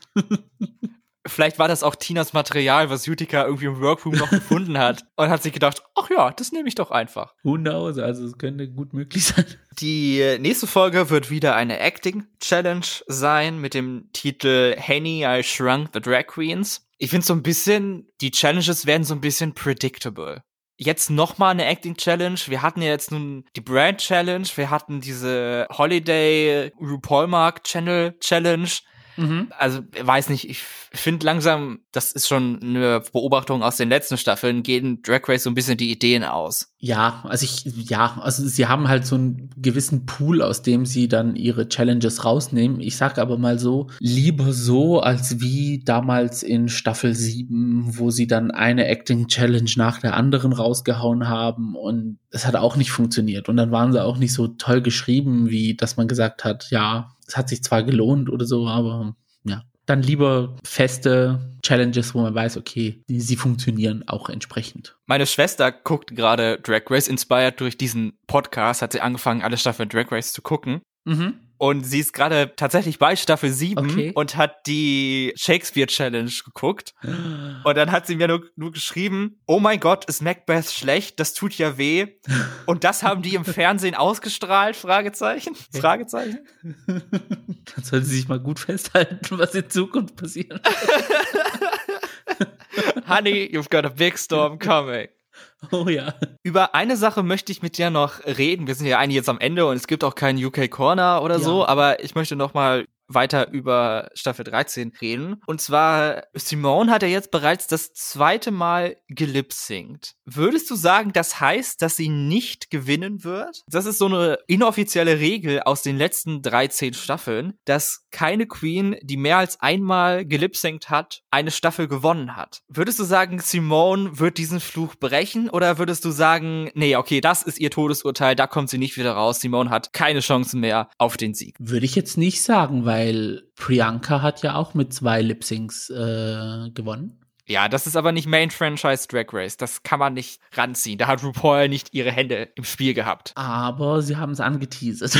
Vielleicht war das auch Tinas Material, was Utica irgendwie im Workroom noch gefunden hat und hat sich gedacht, ach ja, das nehme ich doch einfach. Who knows, also es könnte gut möglich sein. Die nächste Folge wird wieder eine Acting-Challenge sein mit dem Titel Henny, I Shrunk the Drag Queens. Ich finde so ein bisschen, die Challenges werden so ein bisschen predictable. Jetzt nochmal eine Acting-Challenge. Wir hatten ja jetzt nun die Brand-Challenge, wir hatten diese Holiday RuPaul Channel Challenge. Also, weiß nicht, ich finde langsam, das ist schon eine Beobachtung aus den letzten Staffeln, gehen Drag Race so ein bisschen die Ideen aus. Ja, also sie haben halt so einen gewissen Pool, aus dem sie dann ihre Challenges rausnehmen. Ich sag aber mal so, lieber so, als wie damals in Staffel 7, wo sie dann eine Acting-Challenge nach der anderen rausgehauen haben und es hat auch nicht funktioniert. Und dann waren sie auch nicht so toll geschrieben, wie dass man gesagt hat, ja, es hat sich zwar gelohnt oder so, aber ja. Dann lieber feste Challenges, wo man weiß, okay, sie funktionieren auch entsprechend. Meine Schwester guckt gerade Drag Race, inspired durch diesen Podcast, hat sie angefangen, alle Staffeln Drag Race zu gucken. Und sie ist gerade tatsächlich bei Staffel 7 und hat die Shakespeare-Challenge geguckt. Und dann hat sie mir nur geschrieben, oh mein Gott, ist Macbeth schlecht? Das tut ja weh. Und das haben die im Fernsehen ausgestrahlt? Fragezeichen. Dann sollte sie sich mal gut festhalten, was in Zukunft passiert. Honey, you've got a big storm coming. Oh ja. Über eine Sache möchte ich mit dir noch reden. Wir sind ja eigentlich jetzt am Ende und es gibt auch keinen UK Corner oder so, aber ich möchte noch mal weiter über Staffel 13 reden. Und zwar, Simone hat ja jetzt bereits das zweite Mal gelipsingt. Würdest du sagen, das heißt, dass sie nicht gewinnen wird? Das ist so eine inoffizielle Regel aus den letzten 13 Staffeln, dass keine Queen, die mehr als einmal gelipsingt hat, eine Staffel gewonnen hat. Würdest du sagen, Simone wird diesen Fluch brechen, oder würdest du sagen, nee, okay, das ist ihr Todesurteil, da kommt sie nicht wieder raus, Simone hat keine Chancen mehr auf den Sieg? Würde ich jetzt nicht sagen, weil Priyanka hat ja auch mit 2 Lip-Syncs gewonnen. Ja, das ist aber nicht Main-Franchise Drag Race. Das kann man nicht ranziehen. Da hat RuPaul nicht ihre Hände im Spiel gehabt. Aber sie haben es angeteasert.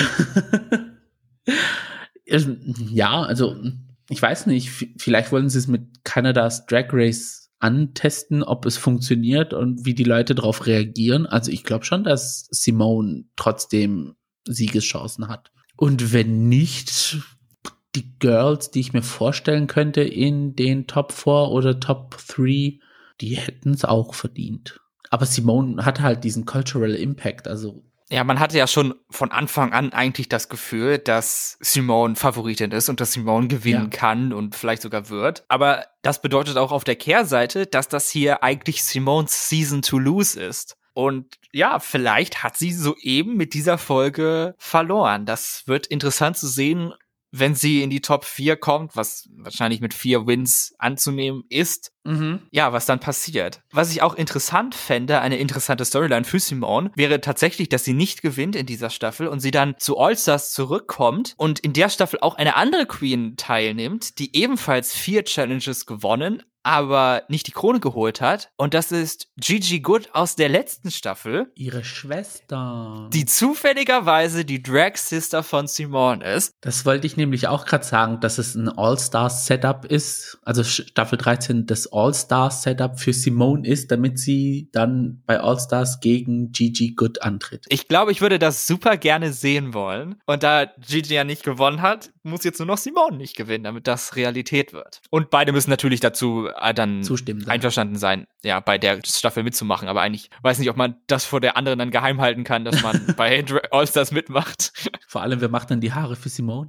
Ja, also ich weiß nicht, vielleicht wollen sie es mit Kanadas Drag Race antesten, ob es funktioniert und wie die Leute darauf reagieren. Also ich glaube schon, dass Simone trotzdem Siegeschancen hat. Und wenn nicht, die Girls, die ich mir vorstellen könnte in den Top 4 oder Top 3, die hätten es auch verdient. Aber Simone hat halt diesen Cultural Impact, also ja, man hatte ja schon von Anfang an eigentlich das Gefühl, dass Simone Favoritin ist und dass Simone gewinnen kann und vielleicht sogar wird. Aber das bedeutet auch auf der Kehrseite, dass das hier eigentlich Simones Season to Lose ist. Und ja, vielleicht hat sie soeben mit dieser Folge verloren. Das wird interessant zu sehen, wenn sie in die Top 4 kommt, was wahrscheinlich mit 4 Wins anzunehmen ist. Ja, was dann passiert. Was ich auch interessant fände, eine interessante Storyline für Simone, wäre tatsächlich, dass sie nicht gewinnt in dieser Staffel und sie dann zu All-Stars zurückkommt und in der Staffel auch eine andere Queen teilnimmt, die ebenfalls 4 Challenges gewonnen, aber nicht die Krone geholt hat. Und das ist Gigi Goode aus der letzten Staffel. Ihre Schwester. Die zufälligerweise die Drag-Sister von Simone ist. Das wollte ich nämlich auch gerade sagen, dass es ein All-Stars-Setup ist. Also Staffel 13 das All-Stars-Setup für Simone ist, damit sie dann bei All-Stars gegen Gigi Goode antritt. Ich glaube, ich würde das super gerne sehen wollen. Und da Gigi ja nicht gewonnen hat, muss jetzt nur noch Simone nicht gewinnen, damit das Realität wird. Und beide müssen natürlich dazu dann zustimmen, einverstanden sein, ja, bei der Staffel mitzumachen. Aber eigentlich weiß nicht, ob man das vor der anderen dann geheim halten kann, dass man bei All-Stars mitmacht. Vor allem, wer macht dann die Haare für Simone?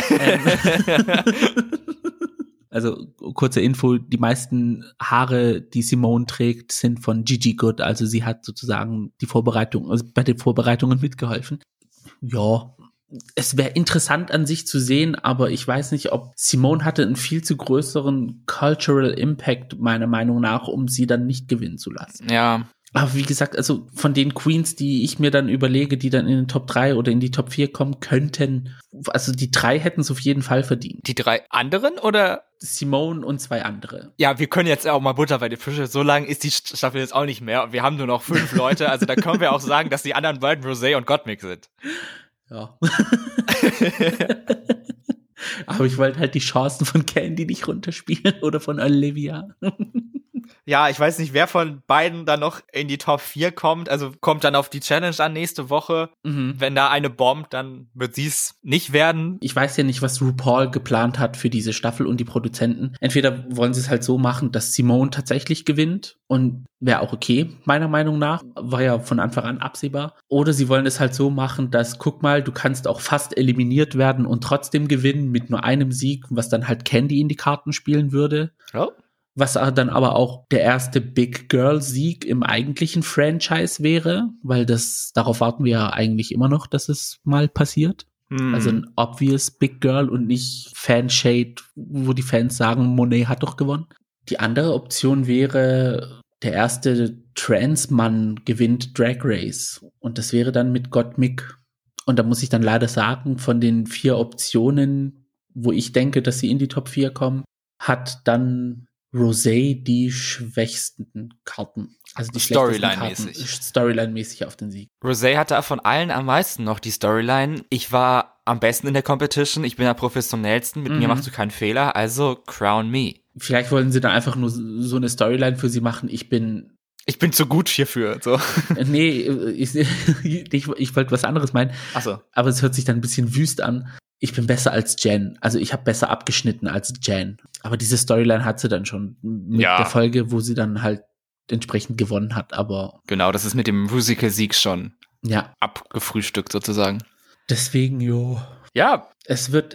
Also, kurze Info, die meisten Haare, die Simone trägt, sind von Gigi Goode. Also sie hat sozusagen bei den Vorbereitungen mitgeholfen. Ja, es wäre interessant an sich zu sehen, aber ich weiß nicht, ob Simone hatte einen viel zu größeren Cultural Impact, meiner Meinung nach, um sie dann nicht gewinnen zu lassen. Ja. Aber wie gesagt, also von den Queens, die ich mir dann überlege, die dann in den Top 3 oder in die Top 4 kommen könnten, also die 3 hätten es auf jeden Fall verdient. Die 3 anderen oder? Simone und 2 andere. Ja, wir können jetzt auch mal Butter bei den Fische. So lang ist die Staffel jetzt auch nicht mehr. Wir haben nur noch 5 Leute, also da können wir auch sagen, dass die anderen beiden Rosé und Gottmik sind. Ja. Aber ich wollte halt die Chancen von Candy nicht runterspielen oder von Olivia. Ja, ich weiß nicht, wer von beiden dann noch in die Top 4 kommt. Also kommt dann auf die Challenge an nächste Woche. Wenn da eine bombt, dann wird sie es nicht werden. Ich weiß ja nicht, was RuPaul geplant hat für diese Staffel und die Produzenten. Entweder wollen sie es halt so machen, dass Simone tatsächlich gewinnt und wäre auch okay, meiner Meinung nach. War ja von Anfang an absehbar. Oder sie wollen es halt so machen, dass, guck mal, du kannst auch fast eliminiert werden und trotzdem gewinnen mit nur einem Sieg, was dann halt Candy in die Karten spielen würde. Oh. Was dann aber auch der erste Big Girl Sieg im eigentlichen Franchise wäre, weil darauf warten wir ja eigentlich immer noch, dass es mal passiert. Also ein obvious Big Girl und nicht Fanshade, wo die Fans sagen, Monet hat doch gewonnen. Die andere Option wäre, der erste Trans-Mann gewinnt Drag Race. Und das wäre dann mit Gottmik. Und da muss ich dann leider sagen, von den 4 Optionen, wo ich denke, dass sie in die Top 4 kommen, hat dann Rosé die schwächsten Karten. Also die Storyline-mäßig. Storyline-mäßig auf den Sieg. Rosé hatte von allen am meisten noch die Storyline. Ich war am besten in der Competition. Ich bin am professionellsten. Mit mir machst du keinen Fehler. Also crown me. Vielleicht wollen sie dann einfach nur so eine Storyline für sie machen. Ich bin zu gut hierfür. So. Nee, ich wollte was anderes meinen. Ach so. Aber es hört sich dann ein bisschen wüst an. Ich bin besser als Jen. Also ich habe besser abgeschnitten als Jen. Aber diese Storyline hat sie dann schon mit der Folge, wo sie dann halt entsprechend gewonnen hat. Aber genau, das ist mit dem Musical-Sieg schon abgefrühstückt sozusagen. Deswegen, ja, es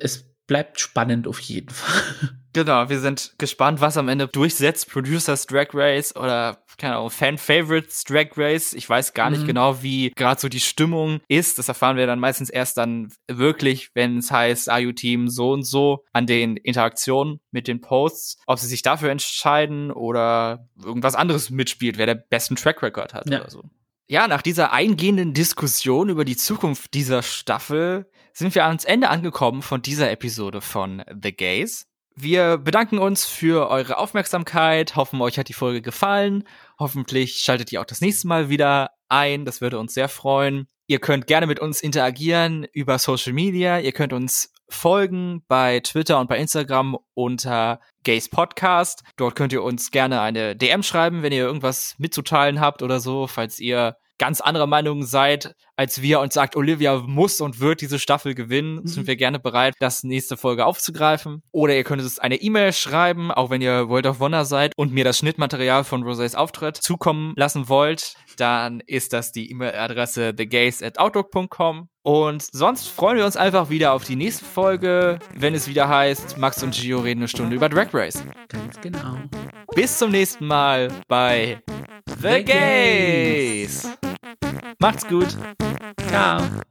bleibt spannend auf jeden Fall. Genau, wir sind gespannt, was am Ende durchsetzt. Producers Drag Race oder, keine Ahnung, Fan-Favorites Drag Race. Ich weiß gar nicht genau, wie gerade so die Stimmung ist. Das erfahren wir dann meistens erst dann wirklich, wenn es heißt, IU-Team so und so, an den Interaktionen mit den Posts. Ob sie sich dafür entscheiden oder irgendwas anderes mitspielt, wer der besten Track Record hat oder so. Ja, nach dieser eingehenden Diskussion über die Zukunft dieser Staffel sind wir ans Ende angekommen von dieser Episode von The Gays. Wir bedanken uns für eure Aufmerksamkeit, hoffen, euch hat die Folge gefallen. Hoffentlich schaltet ihr auch das nächste Mal wieder ein, das würde uns sehr freuen. Ihr könnt gerne mit uns interagieren über Social Media. Ihr könnt uns folgen bei Twitter und bei Instagram unter Gays Podcast. Dort könnt ihr uns gerne eine DM schreiben, wenn ihr irgendwas mitzuteilen habt oder so, falls ihr ganz anderer Meinung seid als wir und sagt, Olivia muss und wird diese Staffel gewinnen, sind wir gerne bereit, das nächste Folge aufzugreifen. Oder ihr könnt uns eine E-Mail schreiben, auch wenn ihr World of Wonder seid und mir das Schnittmaterial von Rosés Auftritt zukommen lassen wollt, dann ist das die E-Mail-Adresse thegays@outlook.com. Und sonst freuen wir uns einfach wieder auf die nächste Folge, wenn es wieder heißt, Max und Gio reden eine Stunde über Drag Race. Ganz genau. Bis zum nächsten Mal bei The Gays. Macht's gut. Ciao.